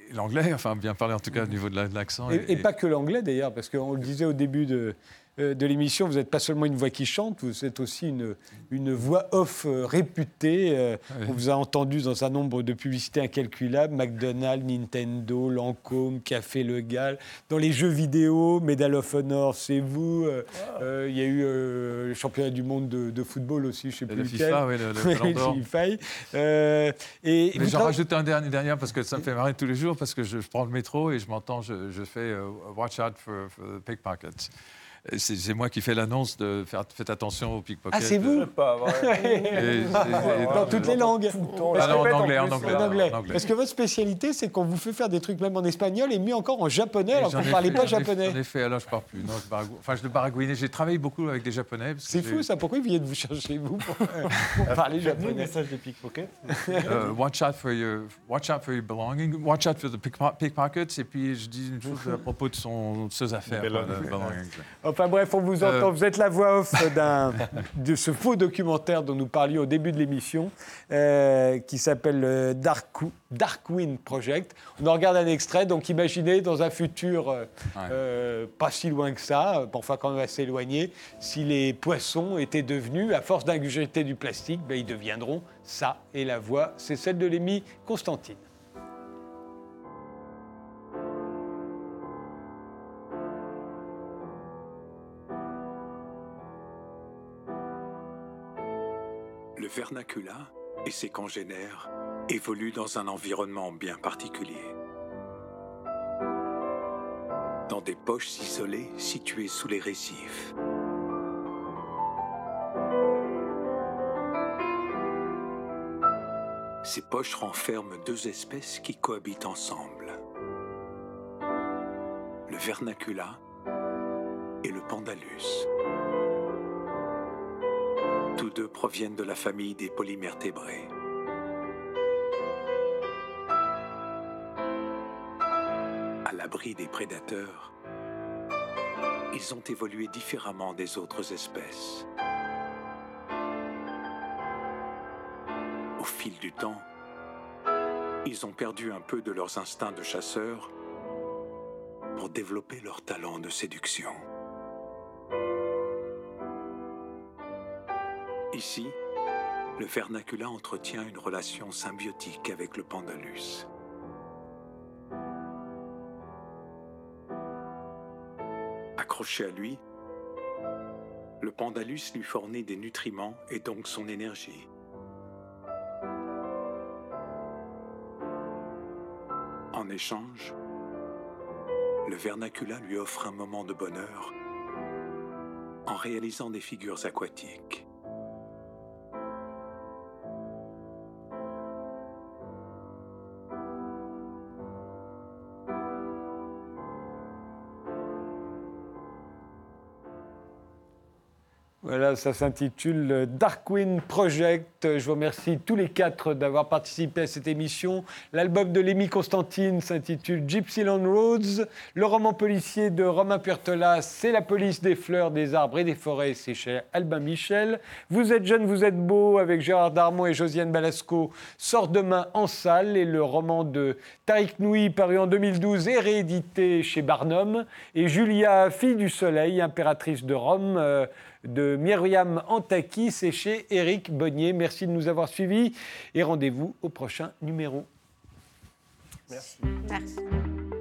l'anglais, enfin bien parler en tout cas au niveau de la- de l'accent. Et, et pas que l'anglais d'ailleurs, parce qu'on le disait au début de, euh, de l'émission, vous n'êtes pas seulement une voix qui chante, vous êtes aussi une, une voix off euh, réputée. Euh, Oui. On vous a entendu dans un nombre de publicités incalculables, McDonald's, Nintendo, Lancôme, Café Le Gall. Dans les jeux vidéo, Medal of Honor, c'est vous. Euh, euh, Il y a eu euh, le championnat du monde de, de football aussi, je ne sais Le plus FIFA, lequel. oui, le- le Ballon d'Or. FIFA. Euh, et Mais vous j'en tra- rajoute un dernier, dernier parce que ça me fait marrer tous les jours, parce que je, je prends le métro et je m'entends, je, je fais euh, Watch out for, for the pickpockets. Et C'est c'est moi qui fais l'annonce de faire, faites attention aux pickpockets. Ah, c'est vous Pas vrai. Et- et- Dans toutes les langues. Ah non, en anglais, en anglais. En anglais. en anglais. Parce que votre spécialité, c'est qu'on vous fait faire des trucs même en espagnol et mieux encore en japonais, Et alors j'en que vous ai ne parlez fait- pas j'en ai- japonais. J'en ai fait, alors je ne parle plus. Non, je baragou- enfin, je le baragouinais. J'ai travaillé beaucoup avec des Japonais. parce que C'est j'ai- fou ça, pourquoi ils viennent vous chercher vous pour, pour parler Le japonais? message des pickpockets. Euh, watch out for your, watch out for your belongings, watch out for the pickpo- pickpockets. Et puis je dis une chose à propos de son, de ses affaires. Belongings. quoi, de belongings. Enfin bref, on vous entend, Euh. vous êtes la voix off d'un, de ce faux documentaire dont nous parlions au début de l'émission, euh, qui s'appelle euh, Dark, Darkwing Project. On en regarde un extrait, donc imaginez dans un futur euh, Ouais. euh, pas si loin que ça, euh, enfin quand même assez éloigné, si les poissons étaient devenus, à force d'ingurgiter du plastique, ben, ils deviendront ça. Et la voix, c'est celle de Lémi Constantine. Le vernaculat et ses congénères évoluent dans un environnement bien particulier. Dans des poches isolées situées sous les récifs. Ces poches renferment deux espèces qui cohabitent ensemble. Le vernaculat et le pandalus. Tous deux proviennent de la famille des polymertébrés. À l'abri des prédateurs, ils ont évolué différemment des autres espèces. Au fil du temps, ils ont perdu un peu de leurs instincts de chasseurs pour développer leur talent de séduction. Ici, le vernaculat entretient une relation symbiotique avec le pandalus. Accroché à lui, le pandalus lui fournit des nutriments et donc son énergie. En échange, le vernaculat lui offre un moment de bonheur en réalisant des figures aquatiques. Voilà, ça s'intitule Darkwing Project. Je vous remercie tous les quatre d'avoir participé à cette émission. L'album de Lémi Constantine s'intitule Gypsyland Roads. Le roman policier de Romain Puertolas, c'est La police des fleurs, des arbres et des forêts. C'est chez Albin Michel. Vous êtes jeune, vous êtes beau, avec Gérard Darmon et Josiane Balasco, sort demain en salle. Et le roman de Tariq Noui, paru en deux mille douze, est réédité chez Barnum. Et Julia, fille du soleil, impératrice de Rome, euh, de Myriam Antaki, c'est chez Éric Bonnier. Merci de nous avoir suivis et rendez-vous au prochain numéro. Merci. Merci.